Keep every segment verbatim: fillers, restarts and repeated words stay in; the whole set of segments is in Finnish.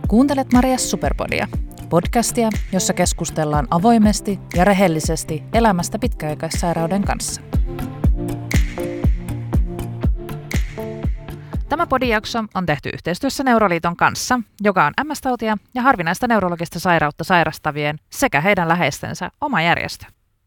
Kuuntelet Marias Superpodia, podcastia, jossa keskustellaan avoimesti ja rehellisesti elämästä pitkäaikaissairauden kanssa. Tämä podijakso on tehty yhteistyössä Neuroliiton kanssa, joka on M S-tautia ja harvinaista neurologista sairautta sairastavien sekä heidän läheistensä oma järjestö.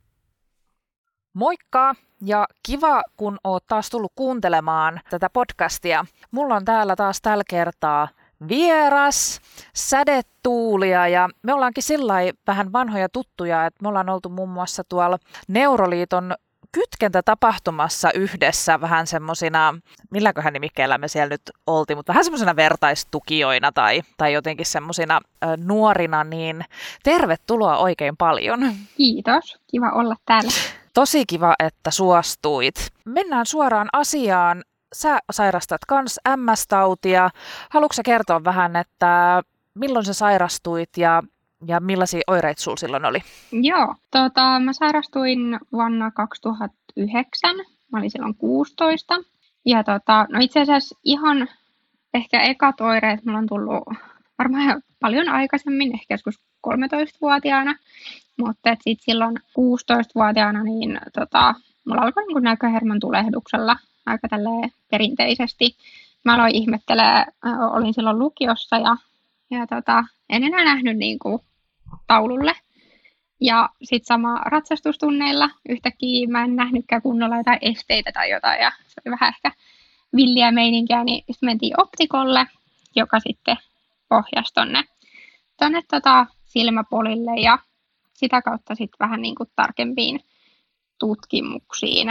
Moikka ja kiva, kun oot taas tullut kuuntelemaan tätä podcastia. Mulla on täällä taas tällä kertaa vieras, sädetuulia ja me ollaankin sillai vähän vanhoja tuttuja, että me ollaan oltu muun muassa tuolla Neuroliiton kytkentätapahtumassa yhdessä vähän semmosina, milläköhän nimikkeellä me siellä nyt oltiin, mutta vähän semmosina vertaistukijoina tai, tai jotenkin semmosina äh, nuorina, niin tervetuloa oikein paljon. Kiitos, kiva olla täällä. Tosi kiva, että suostuit. Mennään suoraan asiaan. Sä sairastat kans M S-tautia. Haluatko sä kertoa vähän, että milloin sä sairastuit ja, ja millaisia oireita sulla silloin oli? Joo, tota, mä sairastuin vuonna kaksituhattayhdeksän. Mä olin silloin kuusitoista. Ja tota, no itse asiassa ihan ehkä ekat oireet mulla on tullut varmaan paljon aikaisemmin, ehkä joskus kolmetoistavuotiaana. Mutta sitten silloin kuusitoistavuotiaana niin tota, mulla alkoi niin näköhermon tulehduksella aika tälleen perinteisesti. Mä aloin ihmettelemään, äh, olin silloin lukiossa ja, ja tota, en enää nähnyt niin kuin taululle. Ja sitten sama ratsastustunneilla yhtäkkiä mä en nähnytkään kunnolla jotain esteitä tai jotain. Ja se oli vähän ehkä villiä meininkiä, niin sitten mentiin optikolle, joka sitten pohjasi tonne, tonne tota silmäpolille ja sitä kautta sitten vähän niin kuin tarkempiin tutkimuksiin.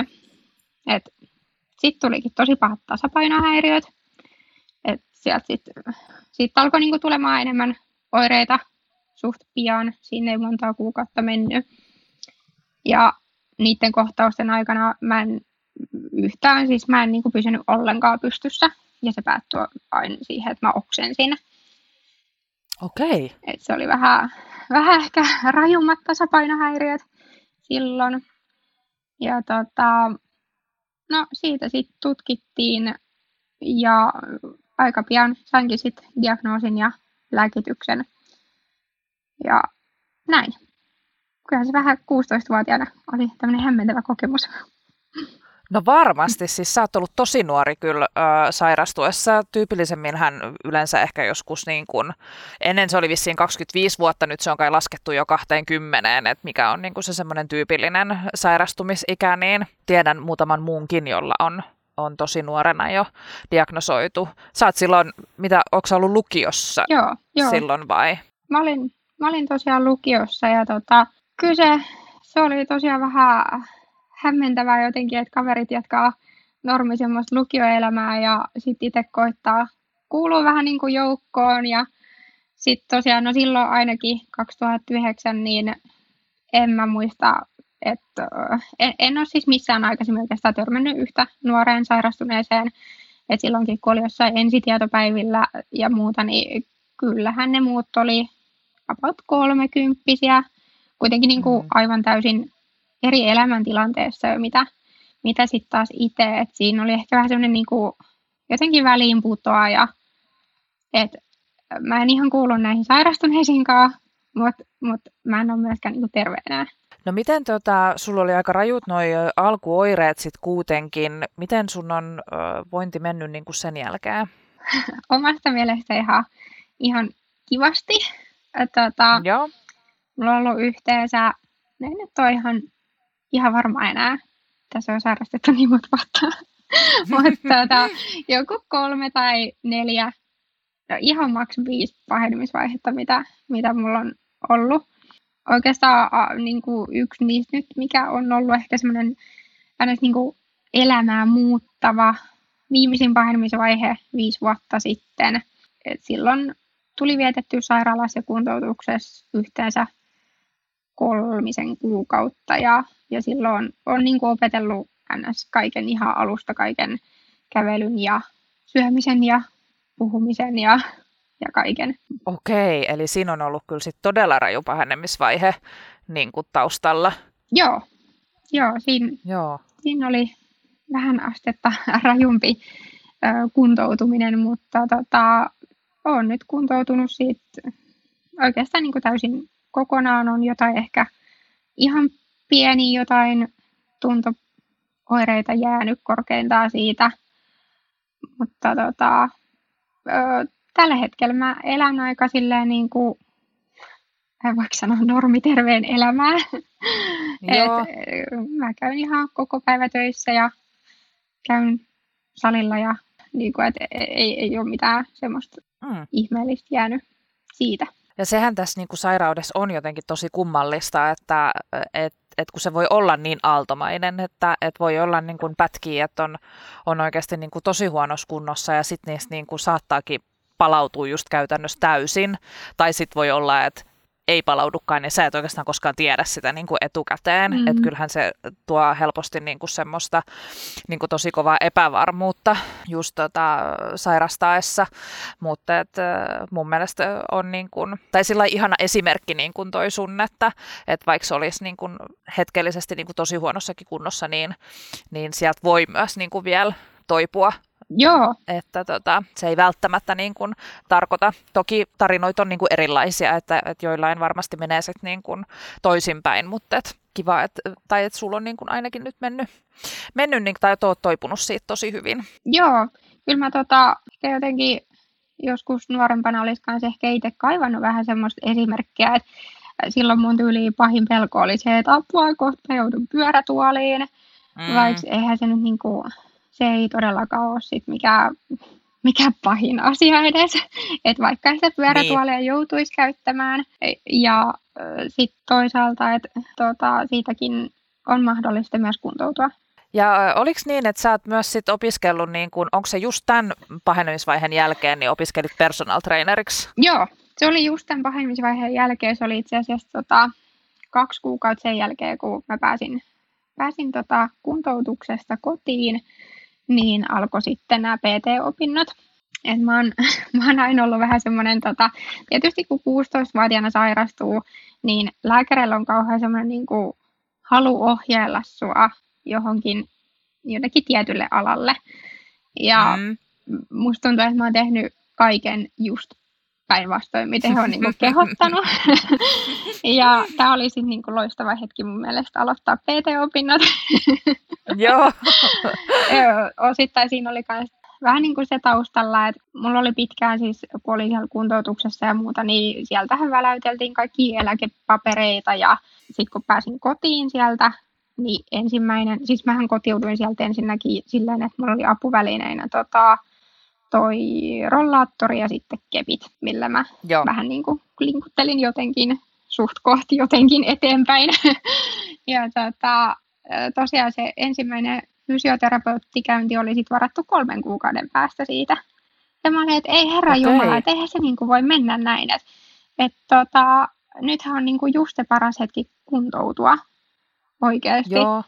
Sitten tulikin tosi pahat tasapainohäiriöt. Et sieltä sitten sit alkoi niinku tulemaan enemmän oireita suht pian. Siinä ei montaa kuukautta mennyt. Ja niiden kohtausten aikana mä en yhtään, siis mä en niinku pysynyt ollenkaan pystyssä. Ja se päättyi aina siihen, että mä oksensin. Okei. Et se oli vähän, vähän ehkä rajummat tasapainohäiriöt silloin. Ja tota... No siitä sitten tutkittiin ja aika pian sainkin sitten diagnoosin ja lääkityksen ja näin. Kyllähän se vähän kuusitoistavuotiaana oli tämmöinen hämmentävä kokemus. No varmasti, siis sä oot ollut tosi nuori kyllä äh, sairastuessa. Tyypillisemminhän yleensä ehkä joskus niin kuin, ennen se oli vissiin kaksikymmentäviisi vuotta, nyt se on kai laskettu jo kaksikymmentä, että mikä on niin kuin se semmoinen tyypillinen sairastumisikä, niin tiedän muutaman muunkin, jolla on, on tosi nuorena jo diagnosoitu. Sä oot silloin, mitä, onko sä ollut lukiossa joo, joo. silloin vai? Mä olin, mä olin tosiaan lukiossa ja tota, kyllä se, se oli tosiaan vähän hämmentävää jotenkin, että kaverit jatkaa normi semmoista lukioelämää ja sitten itse koittaa kuulua vähän niin kuin joukkoon. Ja sitten tosiaan, no silloin ainakin kaksituhattayhdeksän, niin en mä muista, että en, en ole siis missään aikaisemmin oikeastaan törmännyt yhtä nuoreen sairastuneeseen. Et silloinkin, kun oli jossain ensitietopäivillä ja muuta, niin kyllähän ne muut oli about kolmekymppisiä. Kuitenkin niin kuin aivan täysin eri elämäntilanteessa jo, mitä, mitä sitten taas itse. Et siinä oli ehkä vähän semmoinen niinku, jotenkin väliinputoaja. Et mä en ihan kuulu näihin sairastuneisiinkaan, mutta mut mä en ole myöskään niinku terve enää. No miten tota, sulla oli aika rajut noi alkuoireet sitten kuitenkin. Miten sun on ö, vointi mennyt niinku sen jälkeen? Omasta mielestä ihan, ihan kivasti. Tota, Joo. Mulla on ollut yhteensä, ne nyt on ihan Ihan varma enää. Tässä on sairastettu niin monta vuotta. Mutta tota, joku kolme tai neljä, no ihan maks viisi pahenemisvaihetta, mitä, mitä mulla on ollut. Oikeastaan a, niin kuin yksi niistä nyt, mikä on ollut ehkä semmoinen niin kuin elämää muuttava viimeisin pahenemisvaihe viisi vuotta sitten. Et silloin tuli vietetty sairaalassa ja kuntoutuksessa yhteensä kolmisen kuukautta ja, ja silloin on niin kuin opetellut ns. Kaiken ihan alusta, kaiken kävelyn ja syömisen ja puhumisen ja, ja kaiken. Okei, eli siinä on ollut kyllä sit todella raju pahenemisvaihe niin kuin taustalla. Joo, joo, siinä, Joo. siinä oli vähän astetta rajumpi ö, kuntoutuminen, mutta tota, olen nyt kuntoutunut siitä oikeastaan niin kuin täysin kokonaan. On jotain ehkä ihan pieni jotain tuntooireita jäänyt korkeintaan siitä. Mutta tota, ö, tällä hetkellä mä elän aika silleen niin kuin, voiko sanoa normiterveen elämää. Et, mä käyn ihan koko päivä töissä ja käyn salilla ja niin kuin, et ei, ei ole mitään semmoista mm. ihmeellistä jäänyt siitä. Ja sehän tässä niin kuin sairaudessa on jotenkin tosi kummallista, että et, et kun se voi olla niin aaltomainen, että et voi olla niin kuin pätkiä, että on, on oikeasti niin kuin tosi huonossa kunnossa ja sitten niistä niin kuin saattaakin palautua just käytännössä täysin. Tai sitten voi olla, että ei palaudukaan, niin sä et oikeastaan koskaan tiedä sitä niin kuin etukäteen. Mm-hmm. Että kyllähän se tuo helposti niin kuin semmoista niin kuin tosi kovaa epävarmuutta just tota, sairastaessa. Mutta et, mun mielestä on niin kuin, tai sillä ihana esimerkki niin kuin toi sun, että et vaikka se olisi niin kuin hetkellisesti niin kuin tosi huonossakin kunnossa, niin, niin sieltä voi myös niin kuin vielä toipua. Joo. Että tota, se ei välttämättä niin kuin tarkoita. Toki tarinoita on niin kuin erilaisia, että, että joillain varmasti menee sitten niin kuin toisinpäin, mutta et kiva, että, tai että sulla on niin kuin ainakin nyt mennyt, mennyt niin, tai oot toipunut siitä tosi hyvin. Joo, kyllä mä tota, jotenkin joskus nuorempana olisi kanssa ehkä itse kaivannut vähän semmoista esimerkkiä, että silloin mun tyyliin pahin pelko oli se, että apua kohta joudun pyörätuoliin, mm. vaikka eihän se nyt niin kuin se ei todellakaan ole sit mikä, mikä pahin asia edes, että vaikka sitä pyörätuolia niin joutuisi käyttämään. Ja sitten toisaalta, että tota, siitäkin on mahdollista myös kuntoutua. Ja oliko niin, että sä oot myös sit opiskellut, niin kun, onko se just tämän pahenemisvaiheen jälkeen, niin opiskelit personal traineriksi? Joo, se oli just tämän pahenemisvaiheen jälkeen. Se oli itse asiassa tota, kaksi kuukautta sen jälkeen, kun mä pääsin, pääsin tota, kuntoutuksesta kotiin. Niin alkoi sitten nämä P T-opinnot. Et mä, oon, mä oon aina ollut vähän semmoinen, tota, tietysti kun kuusitoistavuotiaana sairastuu, niin lääkäreillä on kauhean semmoinen niin kuin halu ohjeella sua johonkin jonnekin tietylle alalle. Ja mm. musta tuntuu, että mä oon tehnyt kaiken just päinvastoin, miten he on niin kuin kehottanut. Ja tää oli sitten niin kuin loistava hetki mun mielestä aloittaa P T-opinnot. Joo. Osittain siinä oli myös vähän niin kuin se taustalla, että mulla oli pitkään siis, kun olin siellä kuntoutuksessa ja muuta, niin sieltähän väläyteltiin kaikki eläkepapereita ja sitten kun pääsin kotiin sieltä, niin ensimmäinen, siis mähän kotiuduin sieltä ensinnäkin silleen, että mulla oli apuvälineinä tota, toi rollaattori ja sitten kepit, millä mä Joo. vähän niin kuin linkuttelin jotenkin suht kohti jotenkin eteenpäin. ja tota, tosiaan se ensimmäinen fysioterapeuttikäynti oli sitten varattu kolmen kuukauden päästä siitä. Ja mä olin, että ei herra okay. Jumala, että eihän se niinku voi mennä näin. Että et tota, nythän on niinku just se paras hetki kuntoutua oikeasti. Joo.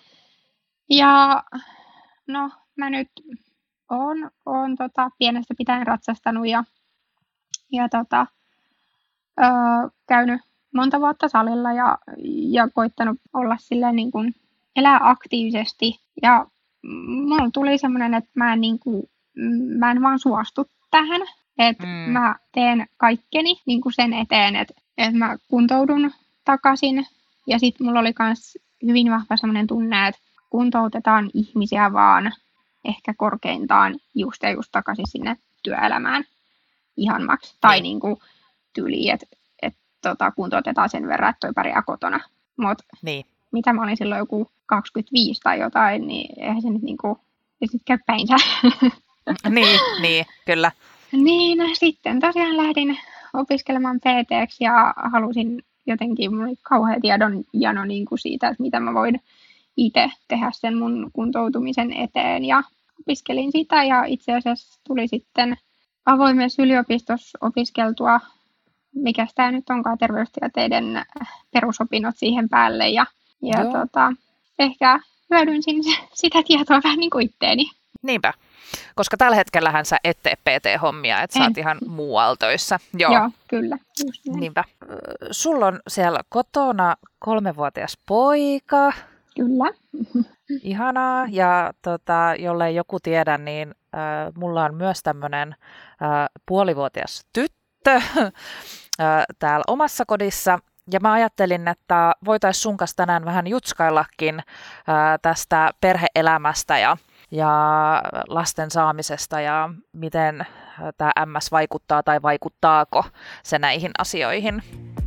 Ja no mä nyt oon, oon tota, pienestä pitäen ratsastanut ja, ja tota, ö, käynyt monta vuotta salilla ja, ja koittanut olla silleen niin kuin elää aktiivisesti. Ja mulla tuli semmoinen, että mä en, niin kuin, mä en vaan suostu tähän. Että mm. mä teen kaikkeni niin kuin sen eteen, että, että mä kuntoudun takaisin. Ja sitten mulla oli myös hyvin vahva semmoinen tunne, että kuntoutetaan ihmisiä vaan ehkä korkeintaan just ja just takaisin sinne työelämään ihan maks. Tai niin kuin tyyliin, että et, tota, kuntoutetaan sen verran, että toi pärjää kotona. Mutta niin. mitä mä olin silloin joku kaksikymmentäviisi tai jotain, niin eihän se nyt niinku, ei sit käy päinsä. niin, niin, kyllä. Niin, sitten tosiaan lähdin opiskelemaan P T:ksi ja halusin jotenkin, mulla oli kauhea tiedon jano niin kuin siitä, että mitä mä voin itse tehdä sen mun kuntoutumisen eteen. Ja opiskelin sitä ja itse asiassa tuli sitten avoimessa yliopistossa opiskeltua, mikä tämä nyt onkaan, terveystieteiden perusopinnot siihen päälle. Ja, ja tota, ehkä hyödynsin sitä tietoa vähän niin kuin itteeni. Niinpä, koska tällä hetkellähän sä et tee P T-hommia, että sä oot ihan muualla töissä. Joo, Joo kyllä. Niinpä. Sulla on siellä kotona kolmevuotias poika. Kyllä. Ihanaa. Ja tota, jollei joku tiedä, niin mulla on myös tämmöinen puolivuotias tyttö täällä omassa kodissa. Ja mä ajattelin, että voitaisiin sun kanssa tänään vähän jutskaillakin tästä perhe-elämästä ja, ja lasten saamisesta ja miten tämä M S vaikuttaa tai vaikuttaako se näihin asioihin.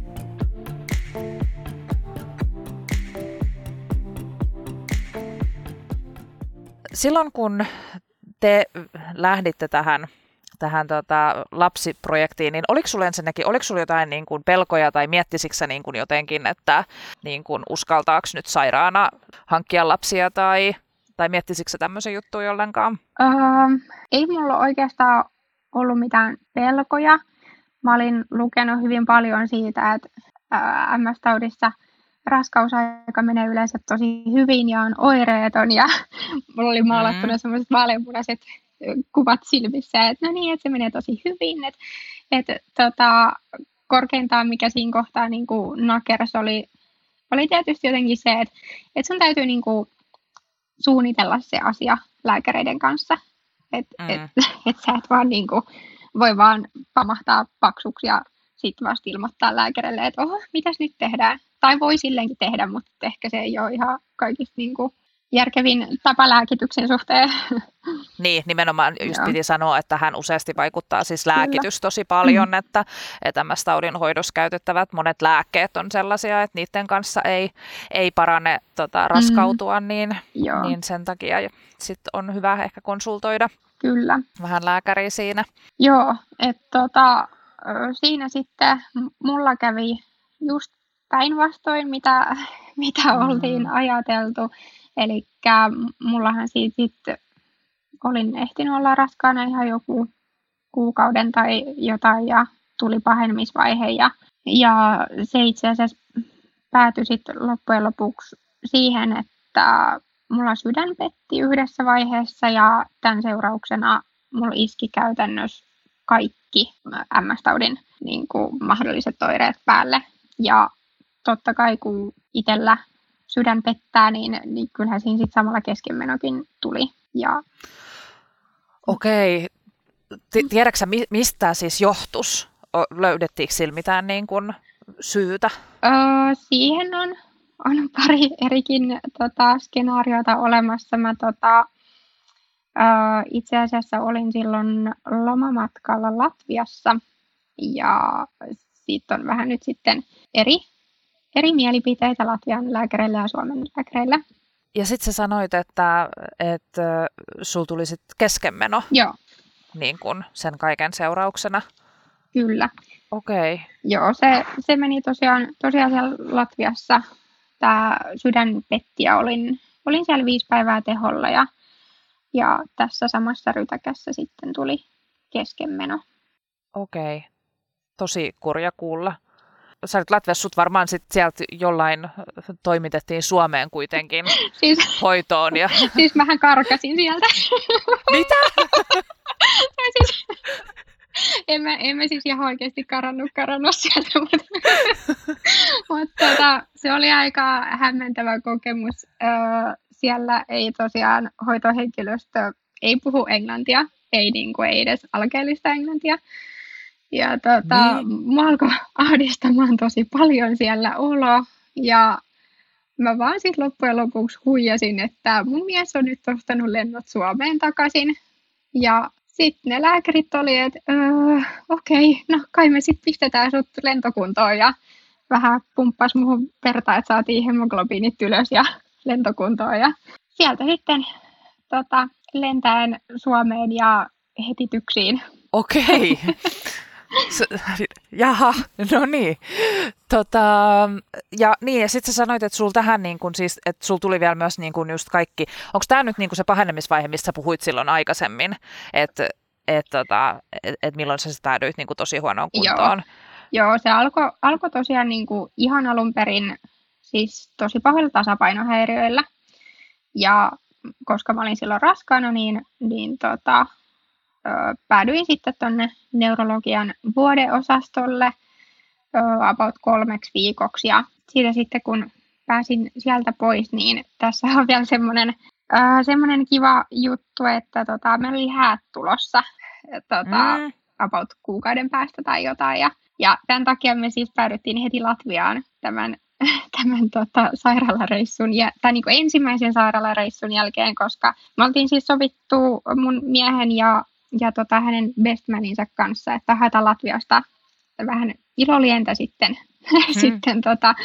Silloin kun te lähditte tähän, tähän tota, lapsiprojektiin, niin oliko sulla ensinnäkin, oliko sulla jotain niin kuin pelkoja tai miettisikö sä niin kuin jotenkin, että niin kuin uskaltaako nyt sairaana hankkia lapsia tai, tai miettisikö sä tämmöisen juttuja ollenkaan? Öö, ei mulla oikeastaan ollut mitään pelkoja. Mä olin lukenut hyvin paljon siitä, että ää, M S-taudissa raskausaika menee yleensä tosi hyvin ja on oireeton ja mulla oli maalattuna mm. sellaiset vaaleanpunaiset kuvat silmissä, että no niin, että se menee tosi hyvin. Että, että tota, korkeintaan mikä siinä kohtaa niin kuin nakers oli, oli tietysti jotenkin se, että, että sun täytyy niin kuin suunnitella se asia lääkäreiden kanssa. Että mm. et, et sä et vaan niin kuin voi vaan pamahtaa paksuksi ja sitten vasta ilmoittaa lääkärille, että oho, mitäs nyt tehdään? Tai voi silleenkin tehdä, mutta ehkä se ei ole ihan kaikista niin kuin järkevin tapa lääkityksen suhteen. Niin, nimenomaan just Joo. piti sanoa, että hän useasti vaikuttaa siis lääkitys tosi paljon, mm. että, että M S-taudin hoidossa käytettävät monet lääkkeet on sellaisia, että niiden kanssa ei, ei parane tota, raskautua, mm. niin, niin sen takia sit on hyvä ehkä konsultoida Kyllä. vähän lääkäriä siinä. Joo, että tota, siinä sitten mulla kävi just päinvastoin, mitä, mitä mm. oltiin ajateltu. Eli mullahan siitä sitten olin ehtinyt olla raskaana ihan joku kuukauden tai jotain ja tuli pahenemisvaihe. Ja, ja se itse asiassa päätyi sitten loppujen lopuksi siihen, että mulla sydän petti yhdessä vaiheessa ja tämän seurauksena mulla iski käytännössä kaikki M S-taudin niin kuin mahdolliset oireet päälle. Ja totta kai kun itsellä sydän pettää, niin, niin kyllähän siinä sitten samalla keskenmenokin tuli. Ja... Okei. Tiedätkö sä, mistä siis johtus? Löydettiinkö sillä mitään niin kuin syytä? Öö, siihen on, on pari erikin tota, skenaariota olemassa. Mä tota, öö, itse asiassa olin silloin lomamatkalla Latviassa ja siitä on vähän nyt sitten eri eri mielipiteitä Latvian lääkäreillä ja Suomen lääkäreillä. Ja sitten sä sanoit, että, että sulla tuli sit keskenmeno. Joo. Niin kun sen kaiken seurauksena. Kyllä. Okei. Okay. Joo, se, se meni tosiaan, tosiaan siellä Latviassa. Tämä sydän petti ja olin, olin siellä viisi päivää teholla ja, ja tässä samassa rytäkässä sitten tuli keskenmeno. Okei. Okay. Tosi kurja kuulla. Sä olit Latviassa, sut varmaan sit sieltä jollain toimitettiin Suomeen kuitenkin siis, hoitoon. Ja... Siis mähän karkasin sieltä. Mitä? siis, en, mä, en mä siis ihan oikeasti karannut, karannut sieltä, mutta, mutta tota, se oli aika hämmentävä kokemus. Öö, siellä ei tosiaan hoitohenkilöstö ei puhu englantia, ei, niin kuin, ei edes alkeellista englantia. Ja tota, niin. Mä alkoi ahdistamaan tosi paljon siellä olo ja mä vaan sitten loppujen lopuksi huijasin, että mun mies on nyt ostanut lennot Suomeen takaisin. Ja sitten ne lääkärit oli, että öö, okei, okay, no kai me sitten pistetään sut lentokuntoon ja vähän pumppas muhun verta, että saatiin hemoglobiinit ylös ja lentokuntoon. Ja sieltä sitten tota, lentäen Suomeen ja hetityksiin. Okei. Okay. Jaha, no niin. Tota, ja niin, ja sitten sä sanoit, että sul tähän niin kun siis, että sul tuli vielä myös niin kun just kaikki, onko tämä nyt niin kun se pahenemisvaihe, mistä sä puhuit silloin aikaisemmin, että et, tota, et, et milloin sä päädyit niin kun tosi huonoon kuntoon? Joo, Joo se alkoi alko tosiaan niin kuin ihan alun perin siis tosi pahoilla tasapainohäiriöillä, ja koska mä olin silloin raskaana, niin, niin tota, päädyin sitten tuonne neurologian vuodeosastolle about kolmeksi viikoksi ja siitä sitten kun pääsin sieltä pois, niin tässä on vielä semmoinen Äh, semmoinen kiva juttu, että tota, meillä oli häät tulossa tota, Mm. about kuukauden päästä tai jotain. Ja, ja tämän takia me siis päädyttiin heti Latviaan tämän, tämän tota, sairaalareissun, ja, tai niin kuin ensimmäisen sairaalareissun jälkeen, koska me oltiin siis sovittu mun miehen ja, ja tota, hänen bestmaninsa kanssa, että haetaan Latviasta vähän ilolientä sitten, mm. sitten tota,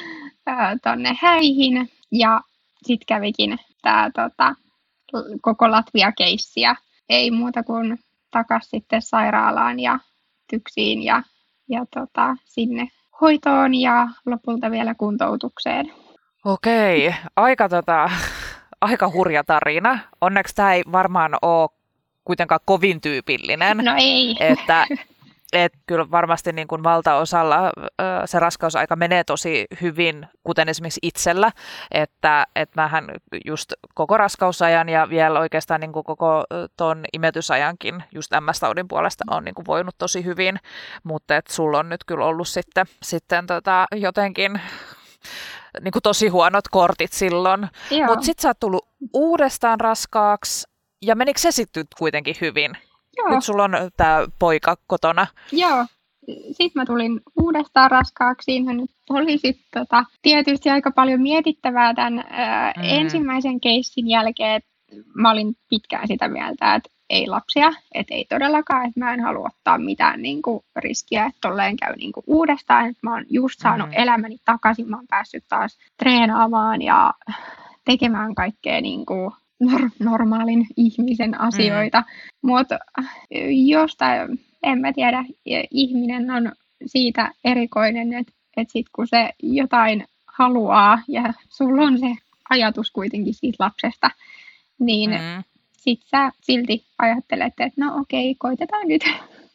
tonne häihin. Ja sitten kävikin tämä tota, koko Latvia-keissi, ja ei muuta kuin takaisin sitten sairaalaan ja tyksiin ja, ja tota, sinne hoitoon ja lopulta vielä kuntoutukseen. Okei, aika, tota, aika hurja tarina. Onneksi tämä ei varmaan ole kuitenkaan kovin tyypillinen. No ei. Että, et kyllä varmasti niin kuin valtaosalla se raskausaika menee tosi hyvin, kuten esimerkiksi itsellä, että et mähän just koko raskausajan ja vielä oikeastaan niin kuin koko ton imetysajankin just M S-taudin puolesta on niin kuin voinut tosi hyvin, mutta et sulla on nyt kyllä ollut sitten, sitten tota jotenkin niin kuin tosi huonot kortit silloin, mutta sitten sä oot tullut uudestaan raskaaksi ja menikö se sitten kuitenkin hyvin? Joo. Nyt sulla on tämä poika kotona. Joo. Sitten mä tulin uudestaan raskaaksi. Siinä nyt oli sit, tota, tietysti aika paljon mietittävää tämän ää, mm. ensimmäisen keissin jälkeen. Mä olin pitkään sitä mieltä, että ei lapsia, että ei todellakaan, että mä en halua ottaa mitään niin kuin, riskiä, että tolleen käy niin kuin, uudestaan. Että mä oon just saanut mm. elämäni takaisin, mä oon päässyt taas treenaamaan ja tekemään kaikkea niin kuin, normaalin ihmisen asioita, mm. mutta jostain, en mä tiedä, ihminen on siitä erikoinen, että et sit kun se jotain haluaa ja sulla on se ajatus kuitenkin siitä lapsesta, niin mm. sit sä silti ajattelet, että no okei, koitetaan nyt.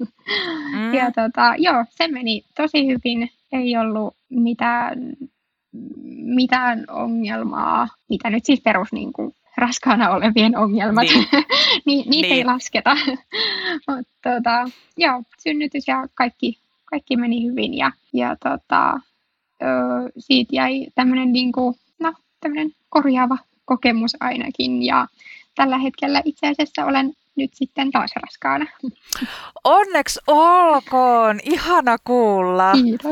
Mm. Ja tota, joo, se meni tosi hyvin, ei ollut mitään, mitään ongelmaa, mitä nyt siis perus niin kuin raskaana olevien ongelmat, niin. Ni, niitä niin. ei lasketa. Mutta tota, joo, synnytys ja kaikki, kaikki meni hyvin ja, ja tota, ö, siitä jäi tämmöinen niinku, no, korjaava kokemus ainakin ja tällä hetkellä itse asiassa olen nyt sitten taas raskaana. Onneksi olkoon! Ihana kuulla! Kiitos!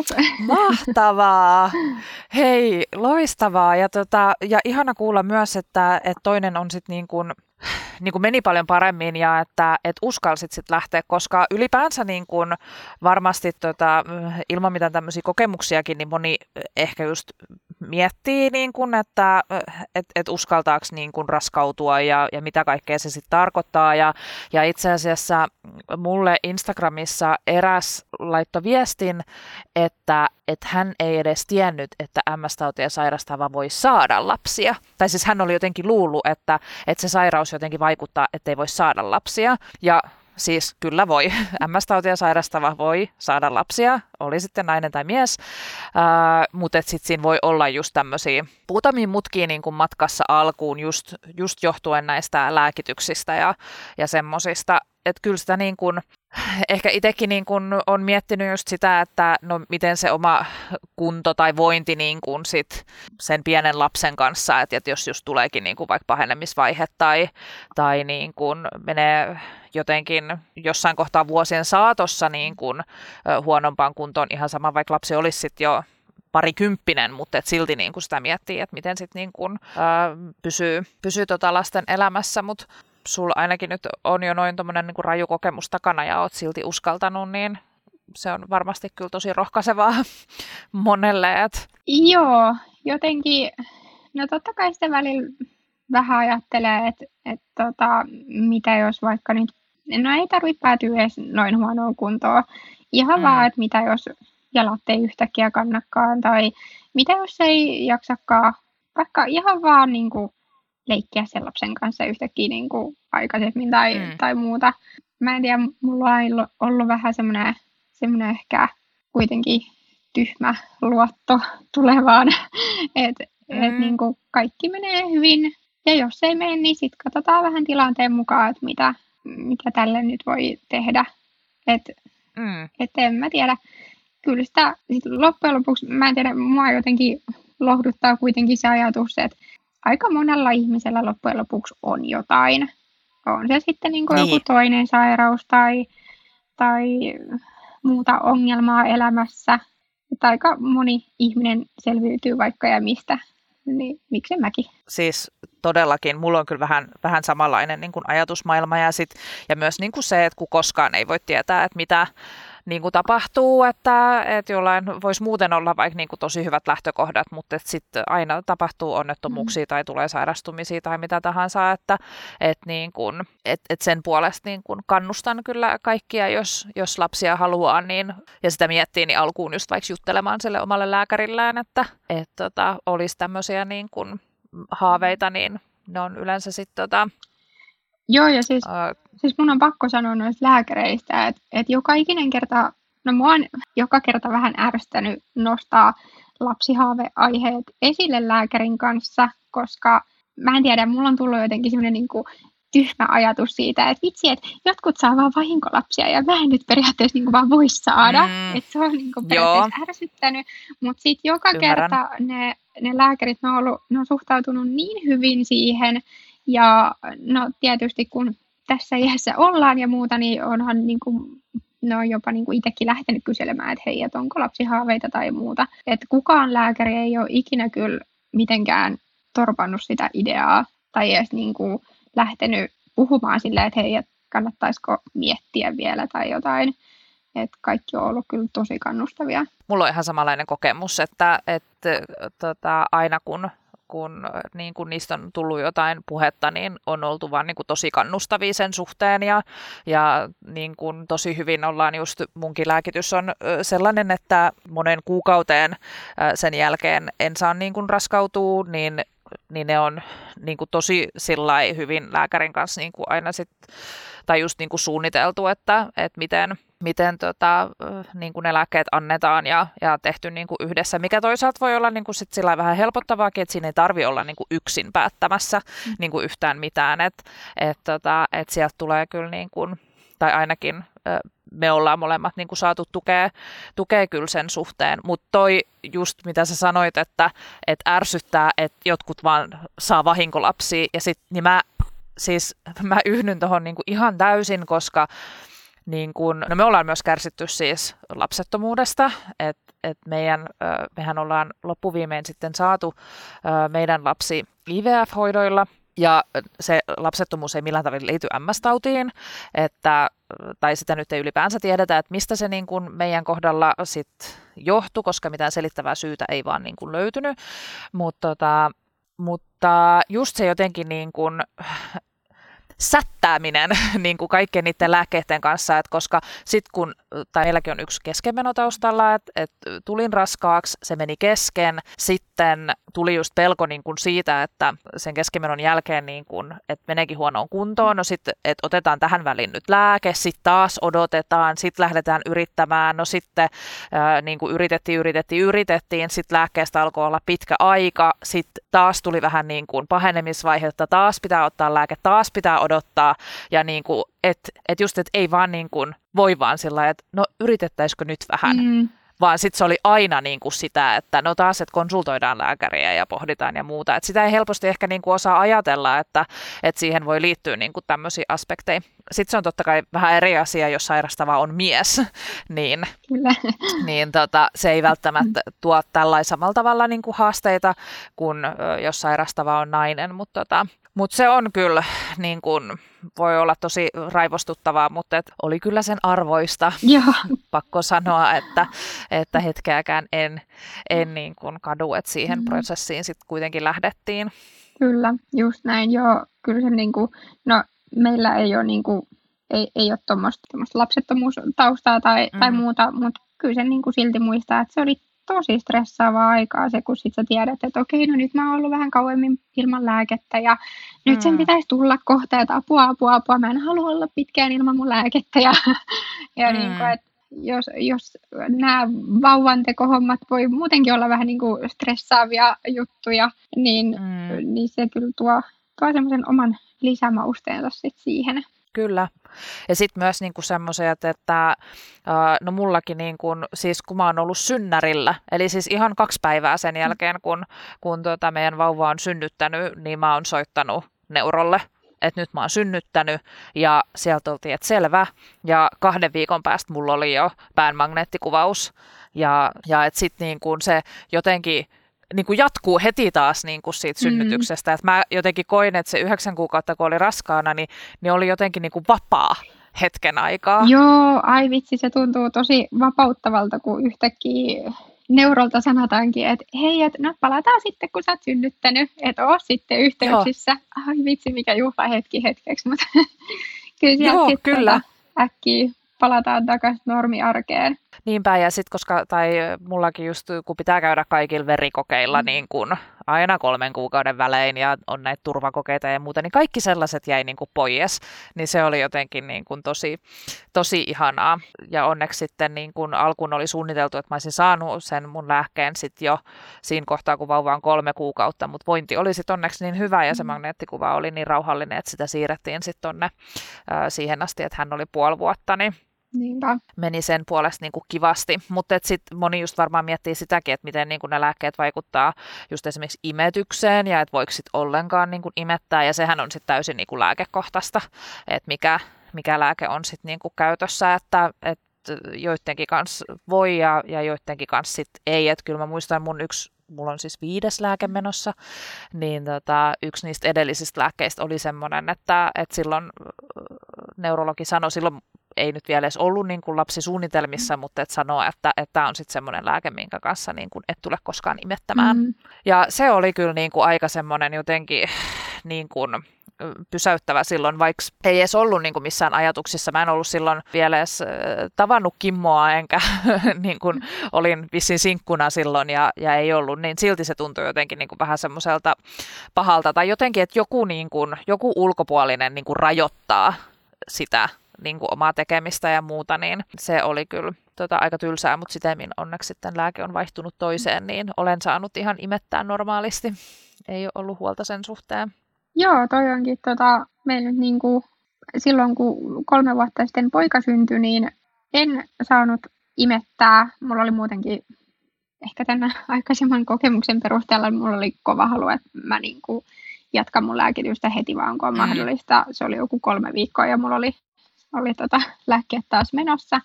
Mahtavaa! Hei, loistavaa! Ja, tota, ja ihana kuulla myös, että, että toinen on sitten niin kuin niin kuin meni paljon paremmin ja että et uskalsit sitten lähteä, koska ylipäänsä niin kuin varmasti tota, ilman mitään tämmöisiä kokemuksiakin, niin moni ehkä just miettii, niin kuin, että et, et uskaltaako niin kuin raskautua ja, ja mitä kaikkea se sitten tarkoittaa. Ja, ja itse asiassa mulle Instagramissa eräs laittoi viestin, että että hän ei edes tiennyt, että M S-tautia sairastava voi saada lapsia. Tai siis hän oli jotenkin luullut, että, että se sairaus jotenkin vaikuttaa, ettei voi saada lapsia. Ja siis kyllä voi. M S-tautia sairastava voi saada lapsia, oli sitten nainen tai mies. Ää, mutta sitten siinä voi olla just tämmöisiä muutamia mutkia niin kuin matkassa alkuun, just, just johtuen näistä lääkityksistä ja, ja semmosista. Että kyllä sitä niin kuin, ehkä itsekin niin kuin on miettinyt just sitä, että no miten se oma kunto tai vointi niin kuin sit sen pienen lapsen kanssa, että, että jos just tuleekin niin kuin vaikka pahenemisvaihe tai, tai niin kuin menee jotenkin jossain kohtaa vuosien saatossa niin kuin huonompaan kuntoon, ihan sama vaikka lapsi olisi sitten jo parikymppinen, mutta et silti niin kuin sitä miettii, että miten sitten niin kuin, ää, pysyy, pysyy tota lasten elämässä, mutta sulla ainakin nyt on jo noin tommoinen niin kuin raju kokemus takana ja oot silti uskaltanut, niin se on varmasti kyllä tosi rohkaisevaa monelle. Et. Joo, jotenkin, no totta kai sitä välillä vähän ajattelee, että et tota, mitä jos vaikka nyt, no ei tarvitse päätyä edes noin huonoon kuntoon. Ihan mm. vaan, että mitä jos jalat ei yhtäkkiä kannakaan, tai mitä jos ei jaksakaan, vaikka ihan vaan niin kuin leikkiä sen lapsen kanssa yhtäkkiä niin kuin aikaisemmin tai, mm. tai muuta. Mä en tiedä, mulla on ollut vähän semmoinen, semmoinen ehkä kuitenkin tyhmä luotto tulevaan, että mm. et niin kuin kaikki menee hyvin. Ja jos ei mene, niin sitten katsotaan vähän tilanteen mukaan, että mitä, mitä tälle nyt voi tehdä. Että mm. et en mä tiedä. Kyllä sitä sit loppujen lopuksi, mä en tiedä, mua jotenkin lohduttaa kuitenkin se ajatus, että aika monella ihmisellä loppujen lopuksi on jotain. On se sitten niin kuin Niin. joku toinen sairaus tai, tai muuta ongelmaa elämässä. Että aika moni ihminen selviytyy vaikka ja mistä, niin miksen mäkin. Siis todellakin, mulla on kyllä vähän, vähän samanlainen niin kuin ajatusmaailma ja, sit, ja myös niin kuin se, että kun koskaan ei voi tietää, että mitä niin kuin tapahtuu, että, että jollain voisi muuten olla vaikka niin kuin tosi hyvät lähtökohdat, mutta sitten aina tapahtuu onnettomuuksia mm. tai tulee sairastumisia tai mitä tahansa, että, että, niin kuin, että, että sen puolesta niin kuin kannustan kyllä kaikkia, jos, jos lapsia haluaa, niin, ja sitä miettii, niin alkuun just vaikka juttelemaan sille omalle lääkärillään, että, että tota, olisi tämmöisiä niin kuin haaveita, niin ne on yleensä sitten tota, Joo, ja siis, uh, siis mun on pakko sanoa noista lääkäreistä, että, että joka ikinen kerta, no mua on joka kerta vähän ärsyttänyt nostaa lapsihaaveaiheet esille lääkärin kanssa, koska mä en tiedä, mulla on tullut jotenkin semmoinen niin kuin tyhmä ajatus siitä, että vitsi, että jotkut saa vaan vahinkolapsia ja mä en nyt periaatteessa niin kuin vaan voi saada, mm, että se on niin kuin periaatteessa ärsyttänyt, mutta sitten joka Ymmärrän. kerta ne, ne lääkärit, ne on, ollut, ne on suhtautunut niin hyvin siihen. Ja no tietysti kun tässä iässä ollaan ja muuta, niin onhan niin kuin, ne on jopa niin kuin itsekin lähtenyt kyselemään, että hei, että onko lapsihaaveita tai muuta. Että kukaan lääkäri ei ole ikinä kyllä mitenkään torpannut sitä ideaa tai edes niin kuin lähtenyt puhumaan silleen, että hei, että kannattaisiko miettiä vielä tai jotain. Että kaikki on ollut kyllä tosi kannustavia. Mulla on ihan samanlainen kokemus, että, että tota, aina kun kun, niin kun niistä on tullut jotain puhetta, niin on oltu vaan niin kun tosi kannustavia sen suhteen ja, ja niin kun tosi hyvin ollaan just, munkin lääkitys on sellainen, että monen kuukauteen sen jälkeen en saa niin kun raskautua, niin, niin ne on niin kun tosi sillai hyvin lääkärin kanssa niin kun aina sit, tai just niin kun suunniteltu, että, että miten miten tota, niin kuin ne lääkkeet annetaan ja, ja tehty niin kuin yhdessä, mikä toisaalta voi olla niin kuin sit sillä vähän helpottavaakin, että siinä ei tarvitse olla niin kuin yksin päättämässä mm. niin kuin yhtään mitään, että et, tota, et sieltä tulee kyllä, niin kuin, tai ainakin me ollaan molemmat niin kuin saatu tukea, tukea kyllä sen suhteen, mutta toi just mitä sä sanoit, että et ärsyttää, että jotkut vaan saa vahinkolapsia ja sit, niin mä, siis, mä yhdyn tuohon niin kuin ihan täysin, koska niin kun, no me ollaan myös kärsitty siis lapsettomuudesta, että et meidän, mehän ollaan loppuviimein sitten saatu meidän lapsi I V F-hoidoilla, ja se lapsettomuus ei millään tavalla liity M S-tautiin, että, tai sitä nyt ei ylipäänsä tiedetä, että mistä se niin kun meidän kohdalla sit johtui, koska mitään selittävää syytä ei vaan niin kun löytynyt, Mut, tota, mutta just se jotenkin niin kun sättääminen niin kuin kaikkien niiden lääkkeiden kanssa, että koska sitten kun, tai meilläkin on yksi keskenmeno taustalla, että, että tulin raskaaksi, se meni kesken, sitten tuli just pelko niin kuin siitä, että sen keskenmenon jälkeen, niin kuin, että meneekin huonoon kuntoon, no sitten, että otetaan tähän väliin nyt lääke, sitten taas odotetaan, sitten lähdetään yrittämään, no sitten ää, niin kuin yritettiin, yritettiin, yritettiin, sitten lääkkeestä alkoi olla pitkä aika, sitten taas tuli vähän niin kuin pahenemisvaihetta, taas pitää ottaa lääke, taas pitää odottaa, ja niin kuin, että et just, että ei vaan niin kuin voi vaan sillä lailla, että no yritettäisikö nyt vähän, mm. vaan sitten se oli aina niin kuin sitä, että no taas, että konsultoidaan lääkäriä ja pohditaan ja muuta, että sitä ei helposti ehkä niin kuin osaa ajatella, että, että siihen voi liittyä niin kuin tämmöisiä aspekteja. Sitten se on totta kai vähän eri asia, jos sairastava on mies, niin, niin tota, se ei välttämättä tuo tällaisella samalla tavalla niin kuin haasteita kuin jos sairastava on nainen, mutta tota, mut se on kyllä, niin kuin, voi olla tosi raivostuttavaa, mutta et oli kyllä sen arvoista. Joo. Pakko sanoa, että, että hetkeäkään en, en niin kuin kadu, että siihen mm. prosessiin sitten kuitenkin lähdettiin. Kyllä, just näin. Joo, kyllä se niin kuin, no meillä ei ole, niin kuin, ei, ei ole tuommoista lapsettomuustaustaa tai, mm. tai muuta, mutta kyllä se niin kuin silti muistaa, että se oli tosi stressaavaa aikaa se, kun sit sä tiedät, että okei, no nyt mä oon ollut vähän kauemmin ilman lääkettä ja nyt mm. sen pitäisi tulla kohta, että apua, apua, apua, mä en halua olla pitkään ilman mun lääkettä ja, ja mm. niin kuin, että jos, jos nämä vauvantekohommat voi muutenkin olla vähän niin kuin stressaavia juttuja, niin, mm. niin se kyllä tuo, tuo semmoisen oman lisämausteensa sit siihen. Kyllä. Ja sitten myös niinku semmoiset, että ää, no mullakin niinku, siis kun mä oon ollut synnärillä, eli siis ihan kaksi päivää sen jälkeen, kun, kun tota meidän vauva on synnyttänyt, niin mä oon soittanut neurolle, että nyt mä oon synnyttänyt, ja sieltä oltiin, että selvä, ja kahden viikon päästä mulla oli jo pään magneettikuvaus, ja, ja että sitten niinku se jotenkin niin kuin jatkuu heti taas niin kuin siitä synnytyksestä. Mm. Et mä jotenkin koin, että se yhdeksän kuukautta, kun oli raskaana, niin, niin oli jotenkin niin kuin vapaa hetken aikaa. Joo, ai vitsi, se tuntuu tosi vapauttavalta, kun yhtäkkiä neurolta sanotaankin, että hei, et, no palataan sitten, kun sä oot synnyttänyt, että oo sitten yhteyksissä. Joo. Ai vitsi, mikä juhlahetki hetkeksi, mutta kyllä sieltä Joo, sitten kyllä. Tota, äkkiä palataan takaisin normiarkeen. Niinpä, ja sitten koska, tai mullakin just kun pitää käydä kaikilla verikokeilla mm. niin kun aina kolmen kuukauden välein ja on näitä turvakokeita ja muuta, niin kaikki sellaiset jäi niin kuin pois, niin se oli jotenkin niin kuin tosi, tosi ihanaa. Ja onneksi sitten niin kuin alkuun oli suunniteltu, että mä olisin saanut sen mun lääkkeen sitten jo siinä kohtaa, kun vauva on kolme kuukautta, mutta vointi oli sitten onneksi niin hyvä ja se magneettikuva oli niin rauhallinen, että sitä siirrettiin sitten tonne äh, siihen asti, että hän oli puoli vuotta, niin Niinpä. meni sen puolesta niin kuin kivasti, mutta sitten moni just varmaan miettii sitäkin, että miten niin kuin ne lääkkeet vaikuttaa just esimerkiksi imetykseen ja että voiko sitten ollenkaan niin kuin imettää ja sehän on sitten täysin niin kuin lääkekohtaista, että mikä, mikä lääke on sitten niin kuin käytössä, että, että joidenkin kanssa voi ja, ja joidenkin kanssa sitten ei, että kyllä mä muistan mun yksi mulla on siis viides lääke menossa, niin tota, yksi niistä edellisistä lääkkeistä oli semmoinen, että, että silloin neurologi sanoi, silloin ei nyt vielä edes ollut niin kuin lapsisuunnitelmissa, mutta et sanoo, että tämä on sitten semmoinen lääke, minkä kanssa niin kuin et tule koskaan imettämään. Mm. Ja se oli kyllä niin kuin aika semmoinen jotenkin niin kuin pysäyttävä silloin, vaikka ei edes ollut niin kuin missään ajatuksissa. Mä en ollut silloin vielä edes tavannut Kimmoa, enkä niin kuin olin vissiin sinkkuna silloin ja, ja ei ollut, niin silti se tuntui jotenkin niin kuin vähän semmoiselta pahalta. Tai jotenkin, että joku, niin kuin, joku ulkopuolinen niin kuin rajoittaa sitä niin kuin omaa tekemistä ja muuta, niin se oli kyllä tota, aika tylsää, mutta sitemmin onneksi sitten lääke on vaihtunut toiseen, niin olen saanut ihan imettää normaalisti. Ei ole ollut huolta sen suhteen. Joo, toi onkin tota, meillä nyt niin kuin, silloin kun kolme vuotta sitten poika syntyi, niin en saanut imettää. Mulla oli muutenkin ehkä tämän aikaisemman kokemuksen perusteella, mulla oli kova halu, että mä niin kuin jatkan mun lääkitystä heti vaan, kun on mm. mahdollista. Se oli joku kolme viikkoa ja mulla oli, oli tota, lääkkeet taas menossa.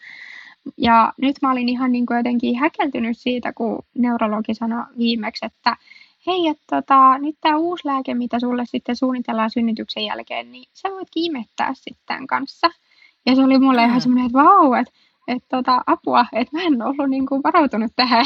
Ja nyt mä olin ihan niin kuin jotenkin häkeltynyt siitä, kun neurologi sanoi viimeksi, että hei, että tota, nyt tämä uusi lääke, mitä sulle sitten suunnitellaan synnytyksen jälkeen, niin sä voitkin imettää sitten kanssa. Ja se oli mulle mm. ihan semmoinen, että vau, että et, tota, apua, että mä en ollut niin kuin varautunut tähän.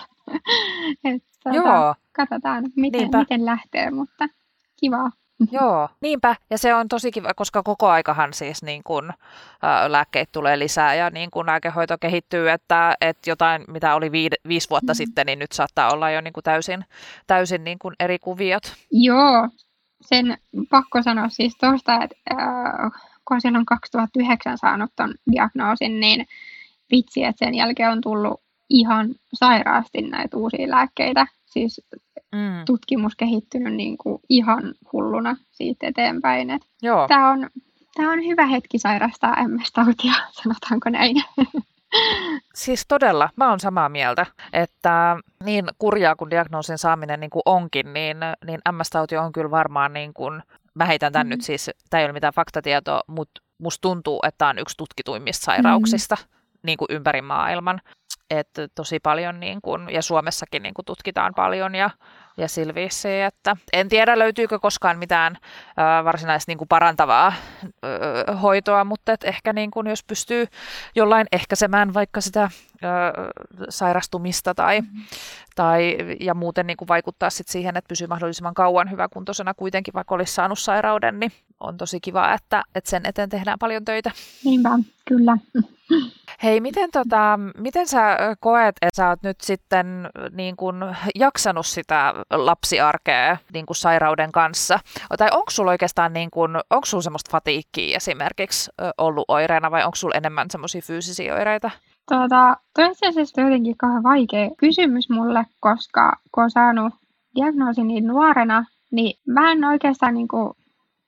että tota, katsotaan, miten, miten lähtee, mutta kivaa. Joo, niinpä. Ja se on tosi kiva, koska koko aikahan siis niin kun, ä, lääkkeitä tulee lisää ja niin kun lääkehoito kehittyy, että, että jotain, mitä oli viide, viisi vuotta mm. sitten, niin nyt saattaa olla jo niin kun täysin, täysin niin kun eri kuviot. Joo, sen pakko sanoa siis tuosta, että äh, kun silloin kaksituhattayhdeksän saanut ton diagnoosin, niin vitsi, että sen jälkeen on tullut ihan sairaasti näitä uusia lääkkeitä. Siis mm. tutkimus kehittynyt niin kuin ihan hulluna siitä eteenpäin. Tämä on, tää on hyvä hetki sairastaa M S-tautia, sanotaanko näin. Siis todella, mä oon samaa mieltä, että niin kurjaa kuin diagnoosin saaminen niin kuin onkin, niin, niin M S-tauti on kyllä varmaan, niin kuin, mä heitän tämän mm. nyt siis, tämä ei ole mitään faktatietoa, mutta musta tuntuu, että tämä on yksi tutkituimmista sairauksista mm. niin kuin ympäri maailman. Että tosi paljon, niin kun, ja Suomessakin niin kun tutkitaan paljon ja, ja sillä viisiin, että en tiedä löytyykö koskaan mitään ö, varsinaista niin kun parantavaa ö, hoitoa, mutta et ehkä niin kun, jos pystyy jollain ehkäisemään vaikka sitä ö, sairastumista tai, mm-hmm. tai, ja muuten niin kun vaikuttaa sit siihen, että pysyy mahdollisimman kauan hyväkuntoisena kuitenkin, vaikka olisi saanut sairauden, niin on tosi kiva, että, että sen eteen tehdään paljon töitä. Niinpä, kyllä. Hei, miten, tota, miten sä koet, että sä oot nyt sitten niin kun, jaksanut sitä lapsiarkea niin kun, sairauden kanssa? Tai onko sulla oikeastaan niin kun, onko sulla semmoista fatiikkiä esimerkiksi ollut oireena vai onko sulla enemmän semmoisia fyysisiä oireita? Tuota, toi itse asiassa jotenkin kauhean vaikea kysymys mulle, koska kun on saanut diagnoosin niin nuorena, niin mä en oikeastaan niin kuin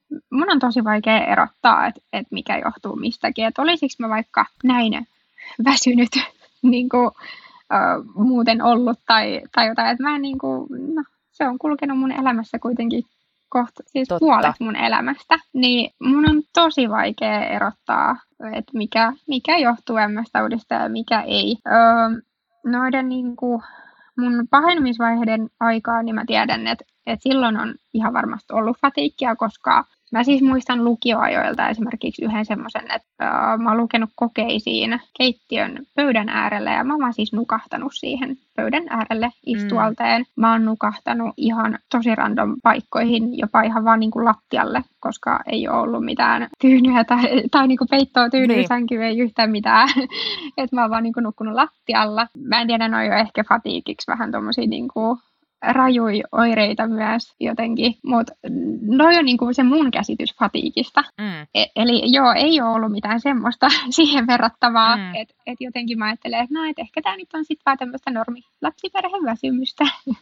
mun on tosi vaikea erottaa, että et mikä johtuu mistäkin. Että olisiko mä vaikka näin väsynyt niin kuin, uh, muuten ollut tai, tai jotain. Että mä niin kuin, no, se on kulkenut mun elämässä kuitenkin kohta, siis Totta. puolet mun elämästä. Niin mun on tosi vaikea erottaa, että mikä, mikä johtuu M S-taudista ja mikä ei. Uh, noiden niin kuin, mun pahenemisvaiheiden aikaa, niin mä tiedän, että, että silloin on ihan varmasti ollut fatiikkia, koska mä siis muistan lukioajoilta esimerkiksi yhden semmoisen, että uh, mä oon lukenut kokeisiin keittiön pöydän äärelle ja mä oon siis nukahtanut siihen pöydän äärelle istualteen. Mm. Mä oon nukahtanut ihan tosi random paikkoihin, jopa ihan vaan niin kuin lattialle, koska ei ole ollut mitään tyynyä tai, tai niin kuin peittoa tyynyä, niin. Sänkyä ei yhtään mitään. Että mä oon vaan niin kuin nukkunut lattialla. Mä en tiedä, noi on ehkä fatiikiksi vähän tommosia niin kuin rajui oireita myös jotenkin, mutta noi on niinku se mun käsitys fatiikista. Mm. E- eli joo, ei ole ollut mitään semmoista siihen verrattavaa, mm. että et jotenkin mä ajattelen, että no, et ehkä tämä nyt on sitten vaan tämmöistä normi lapsiperheväsymystä.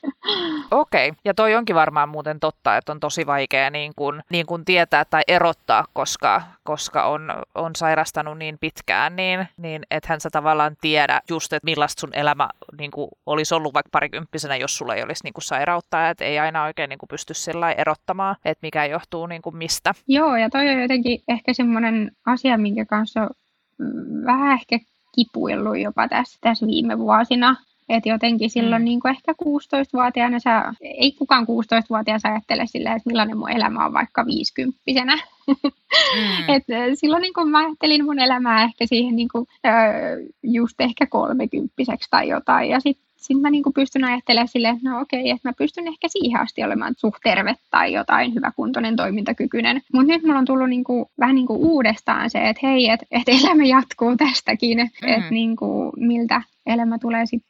Okei, okay. Ja toi onkin varmaan muuten totta, että on tosi vaikea niin kun, niin kun tietää tai erottaa, koska, koska on, on sairastanut niin pitkään, niin, niin ethän sä tavallaan tiedä just, että millaista sun elämä niin kun olisi ollut vaikka parikymppisenä, jos sulla ei olisi niin kuin sairautta, että ei aina oikein niin kuin pysty sillä erottamaan, että mikä johtuu niin kuin mistä. Joo, ja toi on jotenkin ehkä semmoinen asia, minkä kanssa on vähän ehkä kipuillut jopa tässä, tässä viime vuosina. Että jotenkin silloin mm. niin kuin ehkä kuusitoistavuotiaana, sä, ei kukaan kuusitoistavuotiaana ajattele silleen, että millainen mun elämä on vaikka viisikymppisenä. Mm. Et silloin niin kuin mä ajattelin mun elämää ehkä siihen niin kuin, just ehkä kolmekymppiseksi tai jotain, ja sitten Sitten mä niinku pystyn ajattelemaan silleen, että no okei, että mä pystyn ehkä siihen asti olemaan suht terve tai jotain hyväkuntoinen, toimintakykyinen. Mutta nyt mulla on tullut niinku, vähän niinku uudestaan se, että hei, että et elämä jatkuu tästäkin. Mm-hmm. Että niinku, miltä elämä tulee sitten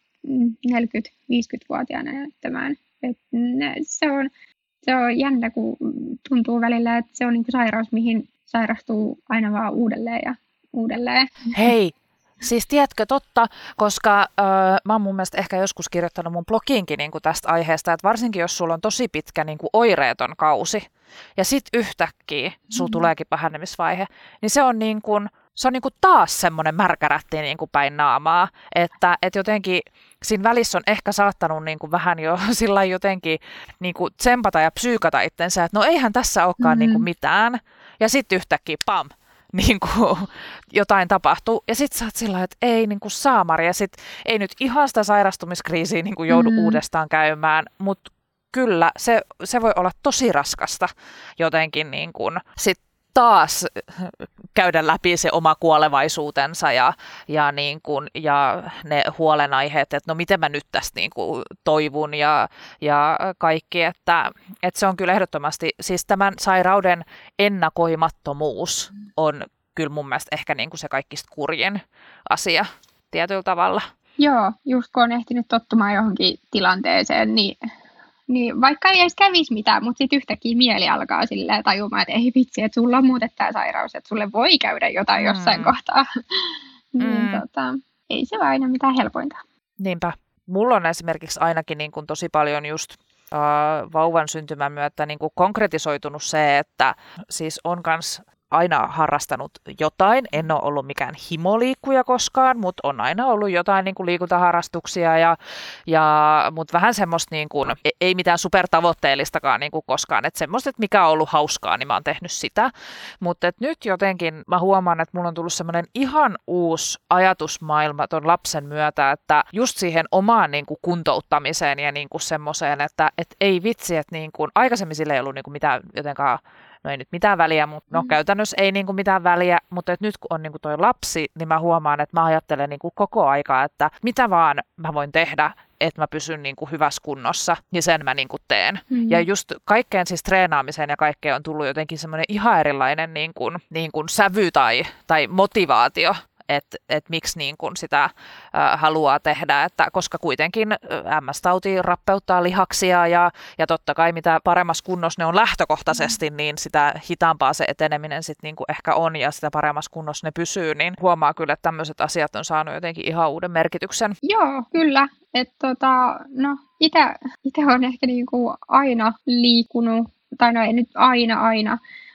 neljäkymmentä-viisikymmentävuotiaana näyttämään. Et se, on, se on jännä, kun tuntuu välillä, että se on niinku sairaus, mihin sairastuu aina vaan uudelleen ja uudelleen. Hei! Siis tiedätkö, totta, koska äh, mä oon mun mielestä ehkä joskus kirjoittanut mun blogiinkin niin kuin tästä aiheesta, että varsinkin jos sulla on tosi pitkä niin kuin oireeton kausi ja sit yhtäkkiä sulla mm-hmm. tuleekin pahenemisvaihe, niin se on, niin kuin, se on niin kuin taas semmoinen märkärätti niin kuin päin naamaa, että, että jotenkin siinä välissä on ehkä saattanut niin kuin vähän jo sillä jotenkin niin kuin tsempata ja psyykata itsensä, että no eihän tässä olekaan mm-hmm. niin kuin mitään, ja sitten yhtäkkiä pam! Niin kuin jotain tapahtuu, ja sitten sä oot sillä, että ei niin kuin saamari, ja sitten ei nyt ihan sitä sairastumiskriisiä niin kuin joudu mm. uudestaan käymään, mutta kyllä se, se voi olla tosi raskasta jotenkin niin kuin sit taas käydä läpi se oma kuolevaisuutensa ja, ja, niin kuin, ja ne huolenaiheet, että no miten mä nyt tästä niin kuin toivun ja, ja kaikki, että, että se on kyllä ehdottomasti, siis tämän sairauden ennakoimattomuus on kyllä mun mielestä ehkä niin kuin se kaikista kurjin asia tietyllä tavalla. Joo, just kun on ehtinyt tottumaan johonkin tilanteeseen, niin Niin, vaikka ei edes kävisi mitään, mutta sitten yhtäkkiä mieli alkaa silleen tajumaan, että ei vitsi, että sulla on muuten tämä sairaus, että sulle voi käydä jotain jossain mm. kohtaa. niin, mm. tota, ei se ole aina mitään helpointa. Niinpä. Mulla on esimerkiksi ainakin niin kuin tosi paljon just äh, vauvan syntymän myötä niin kuin konkretisoitunut se, että siis on kans aina harrastanut jotain. En ole ollut mikään himoliikkuja koskaan, mutta on aina ollut jotain niin kuin liikuntaharrastuksia, ja, ja, mutta vähän semmoista, niin kuin, ei mitään supertavoitteellistakaan niin kuin koskaan. Että semmoista, että mikä on ollut hauskaa, niin mä oon tehnyt sitä. Mutta nyt jotenkin mä huomaan, että mulla on tullut semmoinen ihan uusi ajatusmaailma ton lapsen myötä, että just siihen omaan niin kuin kuntouttamiseen ja niin kuin semmoiseen, että et ei vitsi, että niin kuin, aikaisemmin sillä ei ollut niin kuin mitään jotenkaan, no ei nyt mitään väliä, mutta no mm. käytännössä ei niinku mitään väliä, mutta et nyt kun on niinku toi lapsi, niin mä huomaan, että mä ajattelen niinku koko aikaa, että mitä vaan mä voin tehdä, että mä pysyn niinku hyvässä kunnossa, ja sen mä niinku teen. Mm. Ja just kaikkeen siis treenaamiseen ja kaikkeen on tullut jotenkin semmoinen ihan erilainen niinku, niinku sävy tai, tai motivaatio, että et miksi niin kun sitä ä, haluaa tehdä, että koska kuitenkin M S-tauti rappeuttaa lihaksia ja, ja totta kai mitä paremmassa kunnossa ne on lähtökohtaisesti, niin sitä hitaampaa se eteneminen sitten niin kuin ehkä on ja sitä paremmassa kunnossa ne pysyy, niin huomaa kyllä, että tämmöiset asiat on saanut jotenkin ihan uuden merkityksen. Joo, kyllä. Että tota, no itse on ehkä niinku aina liikunut, tai no ei nyt aina aina,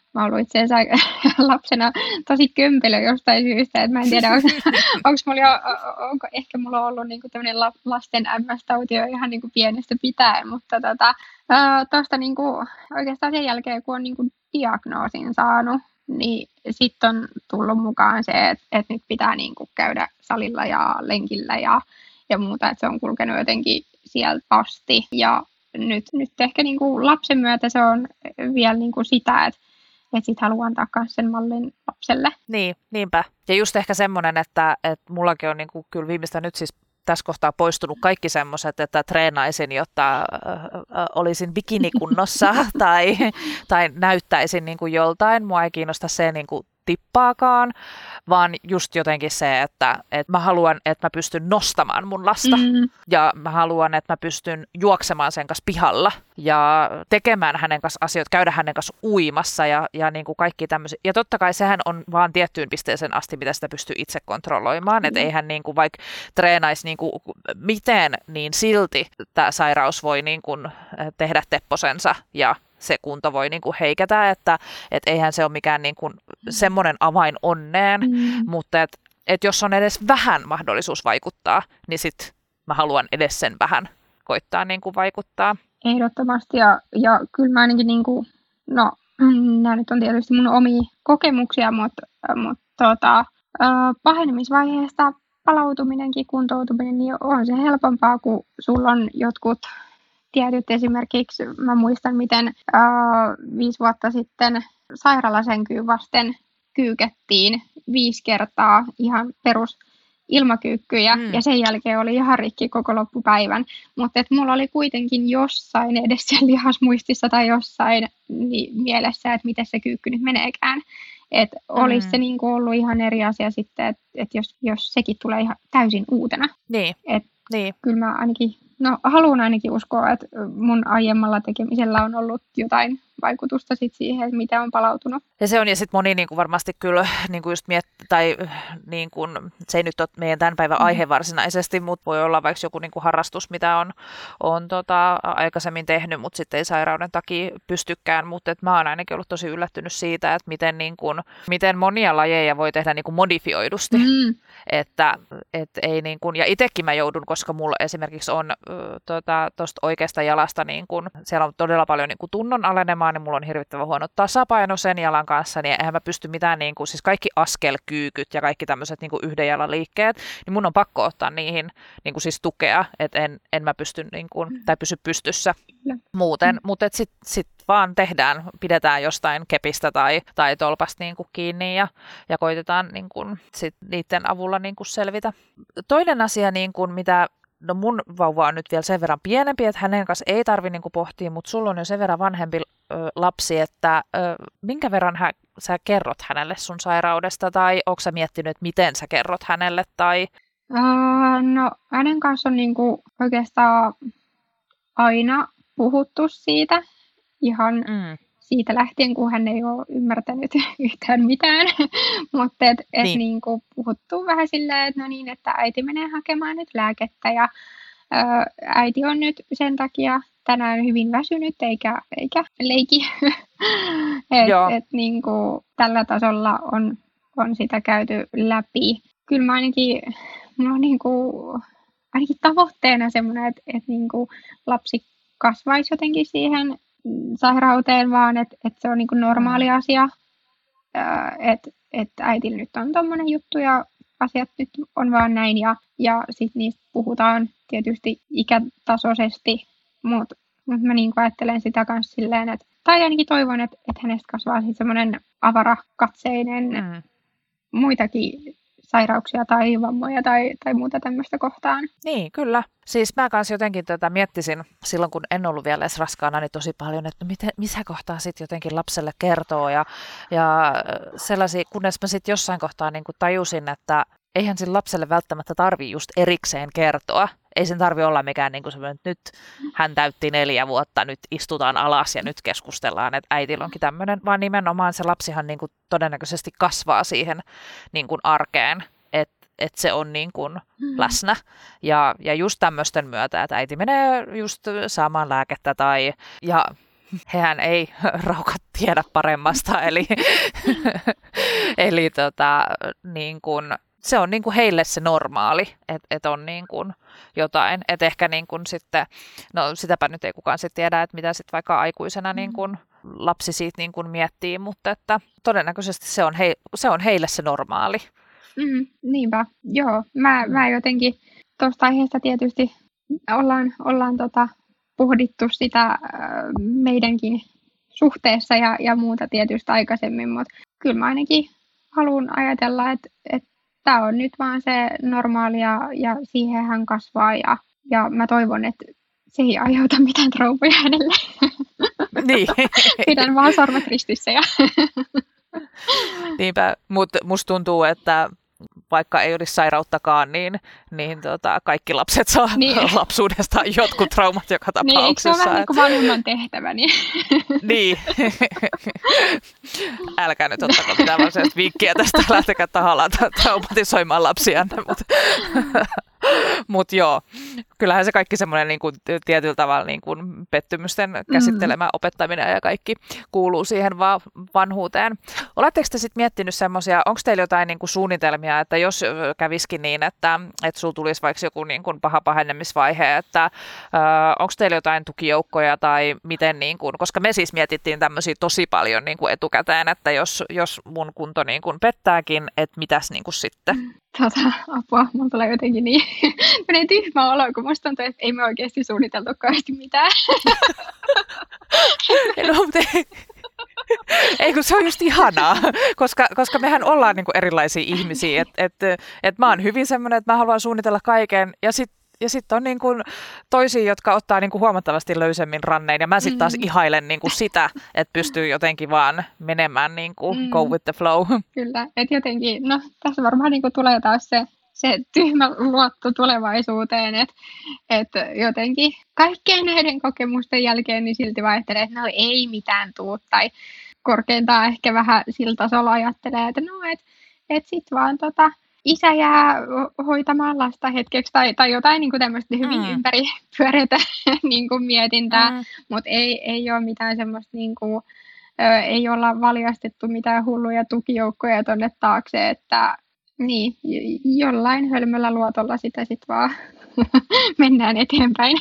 mä oon ollut itse asiassa lapsena tosi kömpelö jostain syystä, että mä en tiedä, onko mulla jo, onko ehkä mulla ollut niinku tämmöinen lasten M S-tauti jo ihan niinku pienestä pitäen, mutta tota, tuosta niinku, oikeastaan sen jälkeen, kun on niinku diagnoosin saanut, niin sitten on tullut mukaan se, että, että nyt pitää niinku käydä salilla ja lenkillä ja, ja muuta, että se on kulkenut jotenkin sieltä asti. Ja nyt, nyt ehkä niinku lapsen myötä se on vielä niinku sitä, että, että sit haluaa antaa myös sen mallin lapselle. Niin, niinpä. Ja just ehkä semmoinen, että, että mullakin on niinku kyllä viimeistä nyt siis tässä kohtaa poistunut kaikki semmoiset, että treenaisin, jotta äh, äh, olisin bikinikunnossa tai, tai näyttäisin niin kuin joltain. Mua ei kiinnosta se niin kuin tippaakaan, vaan just jotenkin se, että, että mä haluan, että mä pystyn nostamaan mun lasta mm. ja mä haluan, että mä pystyn juoksemaan sen kanssa pihalla ja tekemään hänen kanssa asioita, käydä hänen kanssa uimassa ja, ja niin kuin kaikki tämmöisiä. Ja totta kai sehän on vaan tiettyyn pisteeseen asti, mitä sitä pystyy itse kontrolloimaan, mm. että eihän niin kuin vaikka treenaisi niin kuin miten, niin silti tämä sairaus voi niin kuin tehdä tepposensa ja se kunto voi niin kuin heikätä, että et eihän se ole mikään niin kuin semmoinen avain onneen, mm. mutta et, et jos on edes vähän mahdollisuus vaikuttaa, niin sit mä haluan edes sen vähän koittaa niin kuin vaikuttaa. Ehdottomasti ja, ja kyllä mä ainakin, niin kuin, no nämä nyt on tietysti mun omia kokemuksia, mutta, mutta tota, pahenemisvaiheesta palautuminenkin, kuntoutuminen, niin on se helpompaa, kun sulla on jotkut tietyt esimerkiksi, mä muistan miten ää, viisi vuotta sitten sairaalasänkyyn vasten kyykettiin viisi kertaa ihan perus ilmakyykkyjä mm. ja sen jälkeen oli ihan rikki koko loppupäivän, mutta mulla oli kuitenkin jossain edes siellä lihasmuistissa tai jossain niin mielessä, että miten se kyykky nyt meneekään. Että mm. olisi se niinku ollut ihan eri asia sitten, että et jos, jos sekin tulee ihan täysin uutena. Niin. Et niin. Kyllä mä ainakin, no haluan ainakin uskoa, että mun aiemmalla tekemisellä on ollut jotain vaikutusta sit siihen, että miten on palautunut. Ja se on, ja sitten moni niin kuin varmasti kyllä niin kuin just miet- tai niin kuin, se ei nyt ole meidän tämän päivän aihe varsinaisesti, mutta voi olla vaikka joku niin kuin harrastus, mitä on, on tota, aikaisemmin tehnyt, mutta sitten ei sairauden takia pystykään, mutta et mä oon ainakin ollut tosi yllättynyt siitä, että miten, niin kuin, miten monia lajeja voi tehdä niin kuin modifioidusti, mm. että et ei niin kuin, ja itsekin mä joudun, koska mulla esimerkiksi on tuosta tota, oikeasta jalasta, niin kuin, siellä on todella paljon niin kuin tunnon alenemaa, niin mulla on hirvittävän huono tasapaino sen jalan kanssa, niin eihän mä pysty mitään, niin kuin, siis kaikki askelkyykyt ja kaikki tämmöiset niin kuin yhden jalan liikkeet, niin mun on pakko ottaa niihin niin kuin siis tukea, että en, en mä pysty, niin kuin, tai pysy pystyssä muuten, mm. mutta sitten sit vaan tehdään, pidetään jostain kepistä tai, tai tolpasta niin kuin kiinni ja, ja koitetaan niin kuin, sit niiden avulla niin kuin selvitä. Toinen asia, niin kuin, mitä no mun vauva on nyt vielä sen verran pienempi, että hänen kanssa ei tarvitse niinku pohtia, mutta sulla on jo sen verran vanhempi ö, lapsi, että ö, minkä verran hä, sä kerrot hänelle sun sairaudesta, tai onko sä miettinyt, että miten sä kerrot hänelle? Tai... Uh, no hänen kanssa on niinku oikeastaan aina puhuttu siitä, ihan mm. siitä lähtien, kun hän ei ole ymmärtänyt yhtään mitään, mutta et, et niin. niinku puhuttu vähän silleen, että no niin, että äiti menee hakemaan nyt lääkettä ja ä, äiti on nyt sen takia tänään hyvin väsynyt eikä, eikä leiki. että et, niinku, tällä tasolla on, on sitä käyty läpi. Kyllä mä ainakin, mulla on niinku, ainakin tavoitteena semmoinen, että et, niinku, lapsi kasvaisi jotenkin siihen sairauteen, vaan että et se on niinku normaali asia, että et äitillä nyt on tommoinen juttu ja asiat nyt on vaan näin ja, ja sitten niistä puhutaan tietysti ikätasoisesti, mutta mut mä niinku ajattelen sitä kanssa silleen, että tai ainakin toivon, että et hänestä kasvaa sitten semmoinen avarakatseinen mm. muitakin sairauksia tai vammoja tai, tai muuta tämmöistä kohtaan. Niin, kyllä. Siis mä kanssa jotenkin tätä miettisin silloin, kun en ollut vielä edes raskaana, niin tosi paljon, että miten, missä kohtaa sitten jotenkin lapselle kertoo. Ja, ja sellaisia, kunnes mä sitten jossain kohtaa niin kuin tajusin, että eihän sille lapselle välttämättä tarvitse just erikseen kertoa. Ei sen tarvitse olla mikään niin kuin semmoinen, että nyt hän täytti neljä vuotta, nyt istutaan alas ja nyt keskustellaan, että äitillä onkin tämmöinen, vaan nimenomaan se lapsihan niin kuin todennäköisesti kasvaa siihen niin kuin arkeen, että et se on niin kuin läsnä. Ja, ja just tämmöisten myötä, että äiti menee just saamaan lääkettä tai, ja hehän ei raukat tiedä paremmasta, eli, eli tota, niin kun, se on niin kuin heille se normaali, että et on niin kuin jotain, että ehkä niin kuin sitten, no sitäpä nyt ei kukaan sitten tiedä, että mitä sitten vaikka aikuisena niin kuin lapsi siitä niin kuin miettii, mutta että todennäköisesti se on, he, se on heille se normaali. Mm, niinpä, joo. Mä, mä jotenkin tuosta aiheesta tietysti ollaan, ollaan tota, pohdittu sitä äh, meidänkin suhteessa ja, ja muuta tietysti aikaisemmin, mutta kyllä mä ainakin haluan ajatella, että, että tämä on nyt vaan se normaali ja, ja siihen hän kasvaa ja, ja mä toivon, että se ei aiheuta mitään traumoja hänelle. Niin. Pidän vaan sormet ristissä. Ja Niinpä, mutta musta tuntuu, että vaikka ei olisi sairauttakaan, niin, niin tota, kaikki lapset saa niin. lapsuudestaan jotkut traumat joka tapauksessa. Niin, eikö se ole vähän niin kuin vanhemman tehtävä? Niin. Niin. Älkää nyt ottako mitään varsinaista vinkkiä tästä, lähtekää tahallaan traumatisoimaan lapsianne. Mutta mut joo, kyllähän se kaikki semmoinen niin kuin tietyllä tavalla niin kuin pettymysten käsittelemä mm. opettaminen ja kaikki kuuluu siihen vaan vanhuuteen. Oletteko te sitten miettinyt semmoisia, onko teillä jotain niin kuin suunnitelmia, että jos kävisikin niin, että, että sulla tulisi vaikka joku niin kuin paha pahenemisvaihe, että äh, onko teillä jotain tukijoukkoja tai miten, niin kuin, koska me siis mietittiin tämmöisiä tosi paljon niin kuin etukäteen, että jos, jos mun kunto niin kuin pettääkin, että mitäs niin kuin sitten? Tota, apua, mulla tulee jotenkin niin menee tyhmä olo, kun musta tuntuu, että ei me oikeasti suunniteltu kauheasti mitään. No, mutta ei, ei kun se on just ihanaa, koska, koska mehän ollaan niin kuin erilaisia ihmisiä. Et, et, et mä oon hyvin semmoinen, että mä haluan suunnitella kaiken ja sitten ja sitten on niin kuin toisia, jotka ottaa niin kuin huomattavasti löysemmin rannein. Ja mä sitten taas mm. ihailen niin kuin sitä, että pystyy jotenkin vaan menemään niin kuin mm. go with the flow. Kyllä, että jotenkin, no tässä varmaan niin kuin tulee taas se, se tyhmä luotto tulevaisuuteen, että, että jotenkin kaikkien näiden kokemusten jälkeen niin silti vaihtelee, että no ei mitään tuu. Tai korkeintaan ehkä vähän sillä tasolla ajattelee, että no, että, että sitten vaan tota... isä jää hoitamaan lasta hetkeksi tai, tai jotain niin kuin tämmöistä hyvin mm. ympäripyöreitä niin kuin mietintää, mm. mutta ei, ei ole mitään semmoista, niin kuin, ö, ei olla valjastettu mitään hulluja tukijoukkoja tuonne taakse, että niin, jollain hölmöllä luotolla sitä sitten vaan mennään eteenpäin.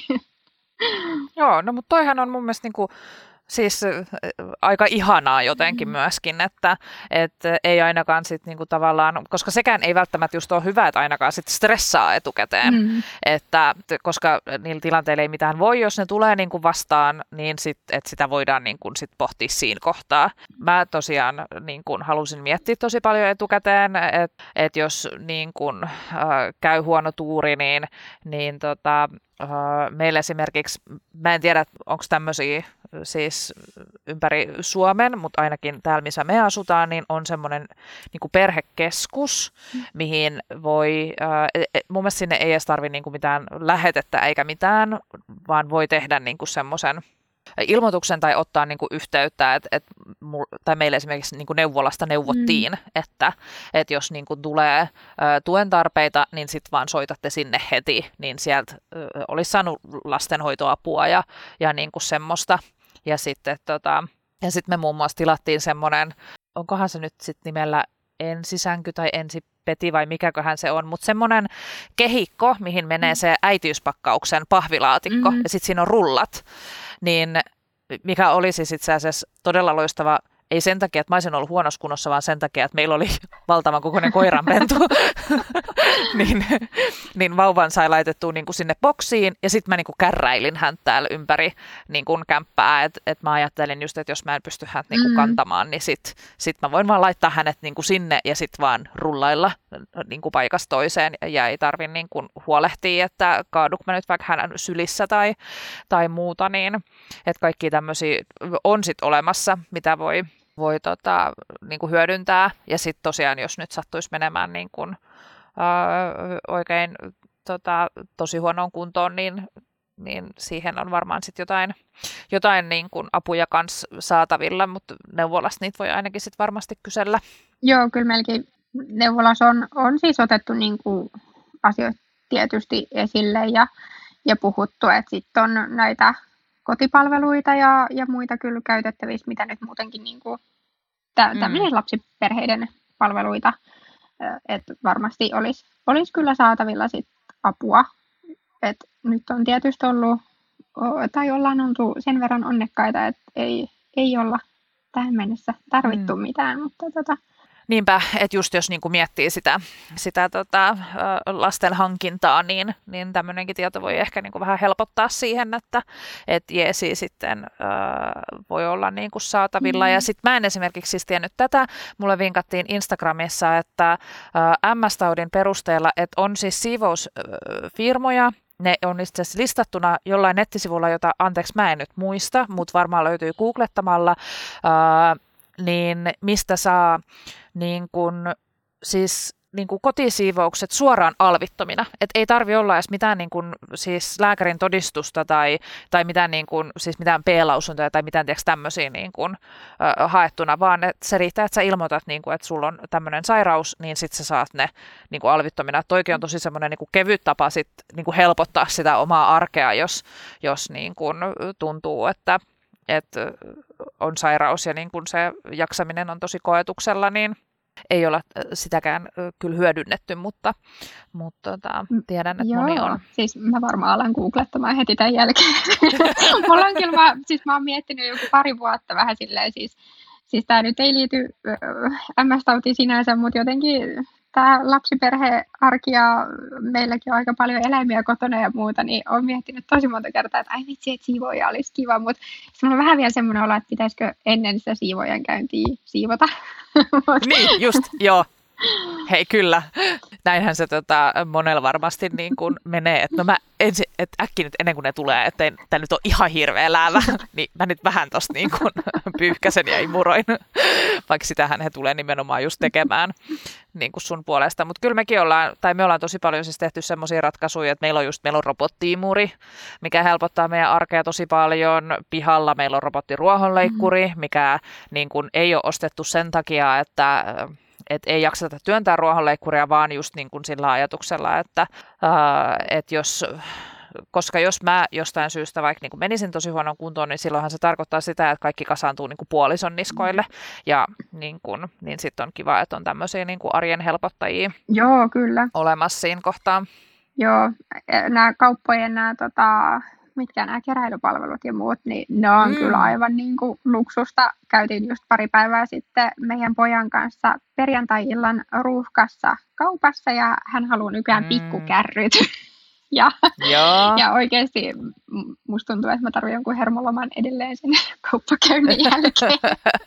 Joo, no mutta toihan on mun mielestä niinku siis aika ihanaa jotenkin mm. myöskin, että et ei ainakaan sit niinku tavallaan, koska sekään ei välttämättä just ole hyvä, että ainakaan sit stressaa etukäteen, mm. että koska niillä tilanteilla ei mitään voi, jos ne tulee niinku vastaan, niin sit, et sitä voidaan niinku sit pohtia siinä kohtaa. Mä tosiaan niinku halusin miettiä tosi paljon etukäteen, että et jos niinku, äh, käy huono tuuri, niin, niin tota, äh, meillä esimerkiksi, mä en tiedä, onko tämmöisiä siis ympäri Suomen, mutta ainakin täällä, missä me asutaan, niin on semmoinen niin kuin perhekeskus, mm. mihin voi, äh, mun mielestä sinne ei edes tarvitse niin kuin mitään lähetettä eikä mitään, vaan voi tehdä niin kuin semmoisen ilmoituksen tai ottaa niin kuin yhteyttä, että et, tai meille esimerkiksi niin kuin neuvolasta neuvottiin, mm. että et jos niin kuin tulee ä, tuen tarpeita, niin sitten vaan soitatte sinne heti, niin sieltä ä, olisi saanut lastenhoitoapua ja, ja niin kuin semmoista. Ja sitten tota, ja sit me muun muassa tilattiin semmoinen, onkohan se nyt sitten nimellä ensisänky tai ensipeti vai mikäköhän se on, mutta semmoinen kehikko, mihin menee se äitiyspakkauksen pahvilaatikko mm-hmm. ja sitten siinä on rullat, niin mikä olisi itse asiassa todella loistava, ei sen takia, että mä olisin ollut huonossa kunnossa, vaan sen takia, että meillä oli valtavan kokoinen koiranpentu. niin, niin vauvan sai laitettua niin kuin sinne boksiin, ja sitten mä niin kuin kärräilin häntä täällä ympäri niin kuin kämppää. Että et mä ajattelin just, että jos mä en pysty häntä niin kuin kantamaan, niin sitten sit mä voin vaan laittaa hänet niin kuin sinne ja sitten vaan rullailla niin kuin paikasta toiseen. Ja ei tarvitse niin kuin huolehtia, että kaaduk mä nyt vaikka hänen sylissä tai, tai muuta. Niin, että kaikki tämmöisiä on sitten olemassa, mitä voi voi tota, niin kuin hyödyntää. Ja sitten tosiaan, jos nyt sattuisi menemään niin kuin, ää, oikein tota, tosi huonoon kuntoon, niin, niin siihen on varmaan sitten jotain, jotain niin kuin apuja kanssa saatavilla, mutta neuvolasta niitä voi ainakin sitten varmasti kysellä. Joo, kyllä melkein neuvolassa on, on siis otettu niin kuin asioita tietysti esille ja, ja puhuttu, että sitten on näitä kotipalveluita ja, ja muita kyllä käytettävissä, mitä nyt muutenkin niin kuin, tä, tämmöisiä mm. lapsiperheiden palveluita, että varmasti olisi, olisi kyllä saatavilla sit apua. Et nyt on tietysti ollut, tai ollaan oltu sen verran onnekkaita, että ei, ei olla tähän mennessä tarvittu mm. mitään, mutta tota, niinpä, että just jos niinku miettii sitä, sitä tota, lasten hankintaa, niin, niin tämmöinenkin tieto voi ehkä niinku vähän helpottaa siihen, että et jeesi sitten äh, voi olla niinku saatavilla. Mm. Ja sitten mä en esimerkiksi siis tiennyt tätä. Mulle vinkattiin Instagramissa, että äh, M S-taudin perusteella, että on siis siivousfirmoja, ne on itse asiassa listattuna jollain nettisivulla, jota anteeksi mä en nyt muista, mutta varmaan löytyy googlettamalla, äh, niin mistä saa niin kun, siis, niin kun kotisiivoukset suoraan alvittomina. Et ei tarvi olla edes mitään niin kun, siis lääkärin todistusta tai, tai mitään, niin kun, siis mitään P-lausuntoja tai mitään tämmöisiä niin kun, äh, haettuna, vaan et se riittää, että sä ilmoitat, niin kun, että sulla on tämmöinen sairaus, niin sitten sä saat ne niin kun alvittomina. Toikin on tosi semmoinen niin kun kevyt tapa sit, niin kun helpottaa sitä omaa arkea, jos, jos niin kun, tuntuu, että että on sairaus ja niin kun se jaksaminen on tosi koetuksella, niin ei olla sitäkään kyllä hyödynnetty, mutta, mutta tota, tiedän, että Joo, moni on. Siis mä varmaan alan googlettamaan heti tämän jälkeen. Mulla on kyllä, mä, siis mä oon miettinyt joku pari vuotta vähän silleen, siis, siis tää nyt ei liity M S-tautiin sinänsä, mutta jotenkin tämä lapsiperhearki ja meilläkin on aika paljon eläimiä kotona ja muuta, niin olen miettinyt tosi monta kertaa, että ai vitsi, että siivoja olisi kiva, mutta sitten on vähän vielä semmoinen olo, että pitäisikö ennen sitä siivojan käyntiä siivota. Niin, just, joo. Hei, kyllä. Näinhän se tota, monella varmasti niin kuin menee, että no mä ensin, et äkki nyt ennen kuin ne tulee, että tämä nyt on ihan hirveä läävä, niin mä nyt vähän tosta niin kuin pyyhkäsen ja imuroin, vaikka sitähän he tulee nimenomaan just tekemään niin kuin sun puolesta. Mutta kyllä mekin ollaan, tai me ollaan tosi paljon siis tehty semmoisia ratkaisuja, että meillä on just, meillä on robottiimuri, mikä helpottaa meidän arkea tosi paljon. Pihalla meillä on robottiruohonleikkuri, mikä niin kuin ei ole ostettu sen takia, että että ei jakseta työntää ruohonleikkuria, vaan just niin kuin sillä ajatuksella, että, ää, että jos, koska jos mä jostain syystä vaikka niin kuin menisin tosi huonoon kuntoon, niin silloinhan se tarkoittaa sitä, että kaikki kasaantuu niin kuin puolison niskoille, ja niin, kuin, niin sitten on kiva, että on tämmöisiä niin kuin arjen helpottajia Joo, kyllä. olemassa siinä kohtaa. Joo, nämä kauppojen nämä tota, mitkä nämä keräilypalvelut ja muut, niin ne on mm. kyllä aivan niin kuin luksusta. Käytiin just pari päivää sitten meidän pojan kanssa perjantai-illan ruuhkassa kaupassa ja hän haluaa nykyään mm. pikkukärryt. ja, ja oikeasti musta tuntuu, että mä tarvitsen jonkun hermoloman edelleen sen kauppakäynnin jälkeen.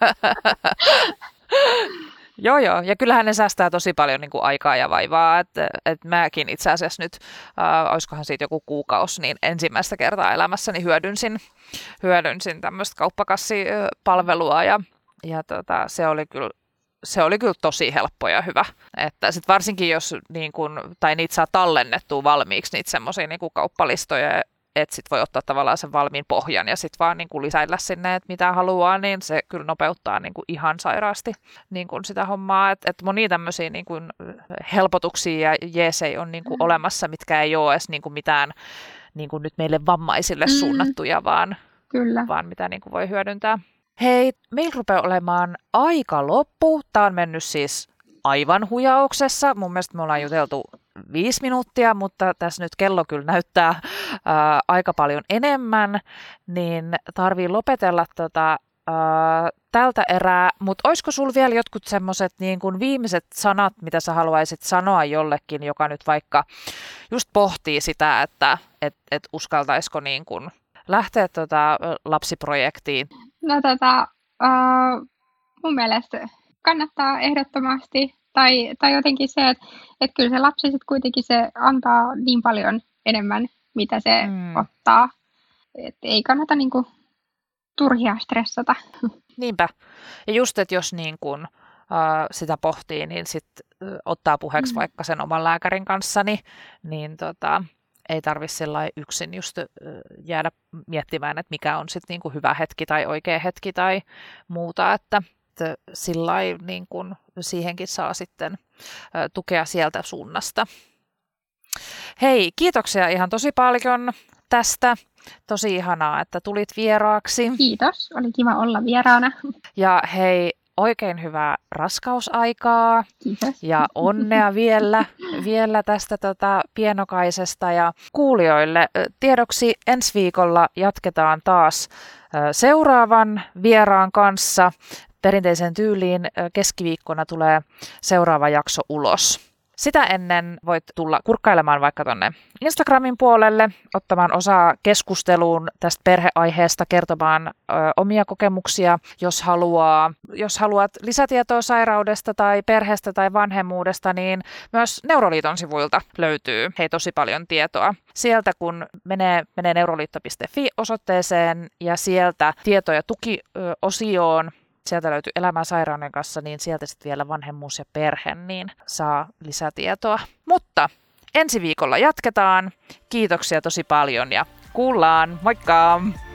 Joo, joo. Ja kyllähän ne säästää tosi paljon niin kuin aikaa ja vaivaa. Että et mäkin itse asiassa nyt, äh, olisikohan siitä joku kuukausi, niin ensimmäistä kertaa elämässäni hyödynsin, hyödynsin tämmöistä kauppakassipalvelua. Ja, ja tota, se oli kyllä se oli kyllä tosi helppo ja hyvä. Että sit varsinkin jos niin kun, tai niitä saa tallennettua valmiiksi, niitä semmoisia niin kuin kauppalistoja, että sit voi ottaa tavallaan sen valmiin pohjan ja sitten vaan niin kuin lisäillä sinne, että mitä haluaa, niin se kyllä nopeuttaa niin kuin ihan sairaasti niin kuin sitä hommaa. Että et monia tämmöisiä niin kuin helpotuksia ja jeesei on niin kuin mm. olemassa, mitkä ei ole edes niin kuin mitään niin kuin nyt meille vammaisille mm. suunnattuja, vaan, kyllä. vaan mitä niin kuin voi hyödyntää. Hei, meillä rupeaa olemaan aika loppu. Tämä on mennyt siis aivan hujauksessa. Mun mielestä me ollaan juteltu viisi minuuttia, mutta tässä nyt kello kyllä näyttää ää, aika paljon enemmän, niin tarvii lopetella tota, ää, tältä erää. Mutta olisiko sulla vielä jotkut semmoiset niin kuin viimeiset sanat, mitä sä haluaisit sanoa jollekin, joka nyt vaikka just pohtii sitä, että et, et uskaltaisiko niin kuin lähteä tota lapsiprojektiin? No tota, uh, mun mielestä kannattaa ehdottomasti, tai, tai jotenkin se, että et kyllä se lapsi sitten kuitenkin se antaa niin paljon enemmän, mitä se mm. ottaa. Et ei kannata niinku turhia stressata. Niinpä. Ja just, että jos niin kun, uh, sitä pohtii, niin sitten uh, ottaa puheeksi mm. vaikka sen oman lääkärin kanssa, niin, niin tota, ei tarvitse yksin just jäädä miettimään, että mikä on sitten niinku hyvä hetki tai oikea hetki tai muuta, että, että sillai niin kun siihenkin saa sitten tukea sieltä suunnasta. Hei, kiitoksia ihan tosi paljon tästä. Tosi ihanaa, että tulit vieraaksi. Kiitos, oli kiva olla vieraana. Ja hei, oikein hyvää raskausaikaa. Kiitos. Ja onnea vielä, vielä tästä tota pienokaisesta. Ja kuulijoille tiedoksi ensi viikolla jatketaan taas seuraavan vieraan kanssa. Perinteisen tyyliin keskiviikkona tulee seuraava jakso ulos. Sitä ennen voit tulla kurkkailemaan vaikka tonne Instagramin puolelle, ottamaan osaa keskusteluun tästä perheaiheesta, kertomaan ö, omia kokemuksia, jos haluaa. Jos haluat lisätietoa sairaudesta tai perheestä tai vanhemmuudesta, niin myös Neuroliiton sivuilta löytyy hei tosi paljon tietoa. Sieltä kun menee, menee neuroliitto piste fi-osoitteeseen ja sieltä tieto- ja tukiosioon, sieltä löytyy Elämän sairauden kanssa, niin sieltä sitten vielä vanhemmuus ja perhe, niin saa lisätietoa. Mutta ensi viikolla jatketaan. Kiitoksia tosi paljon ja kuullaan. Moikka!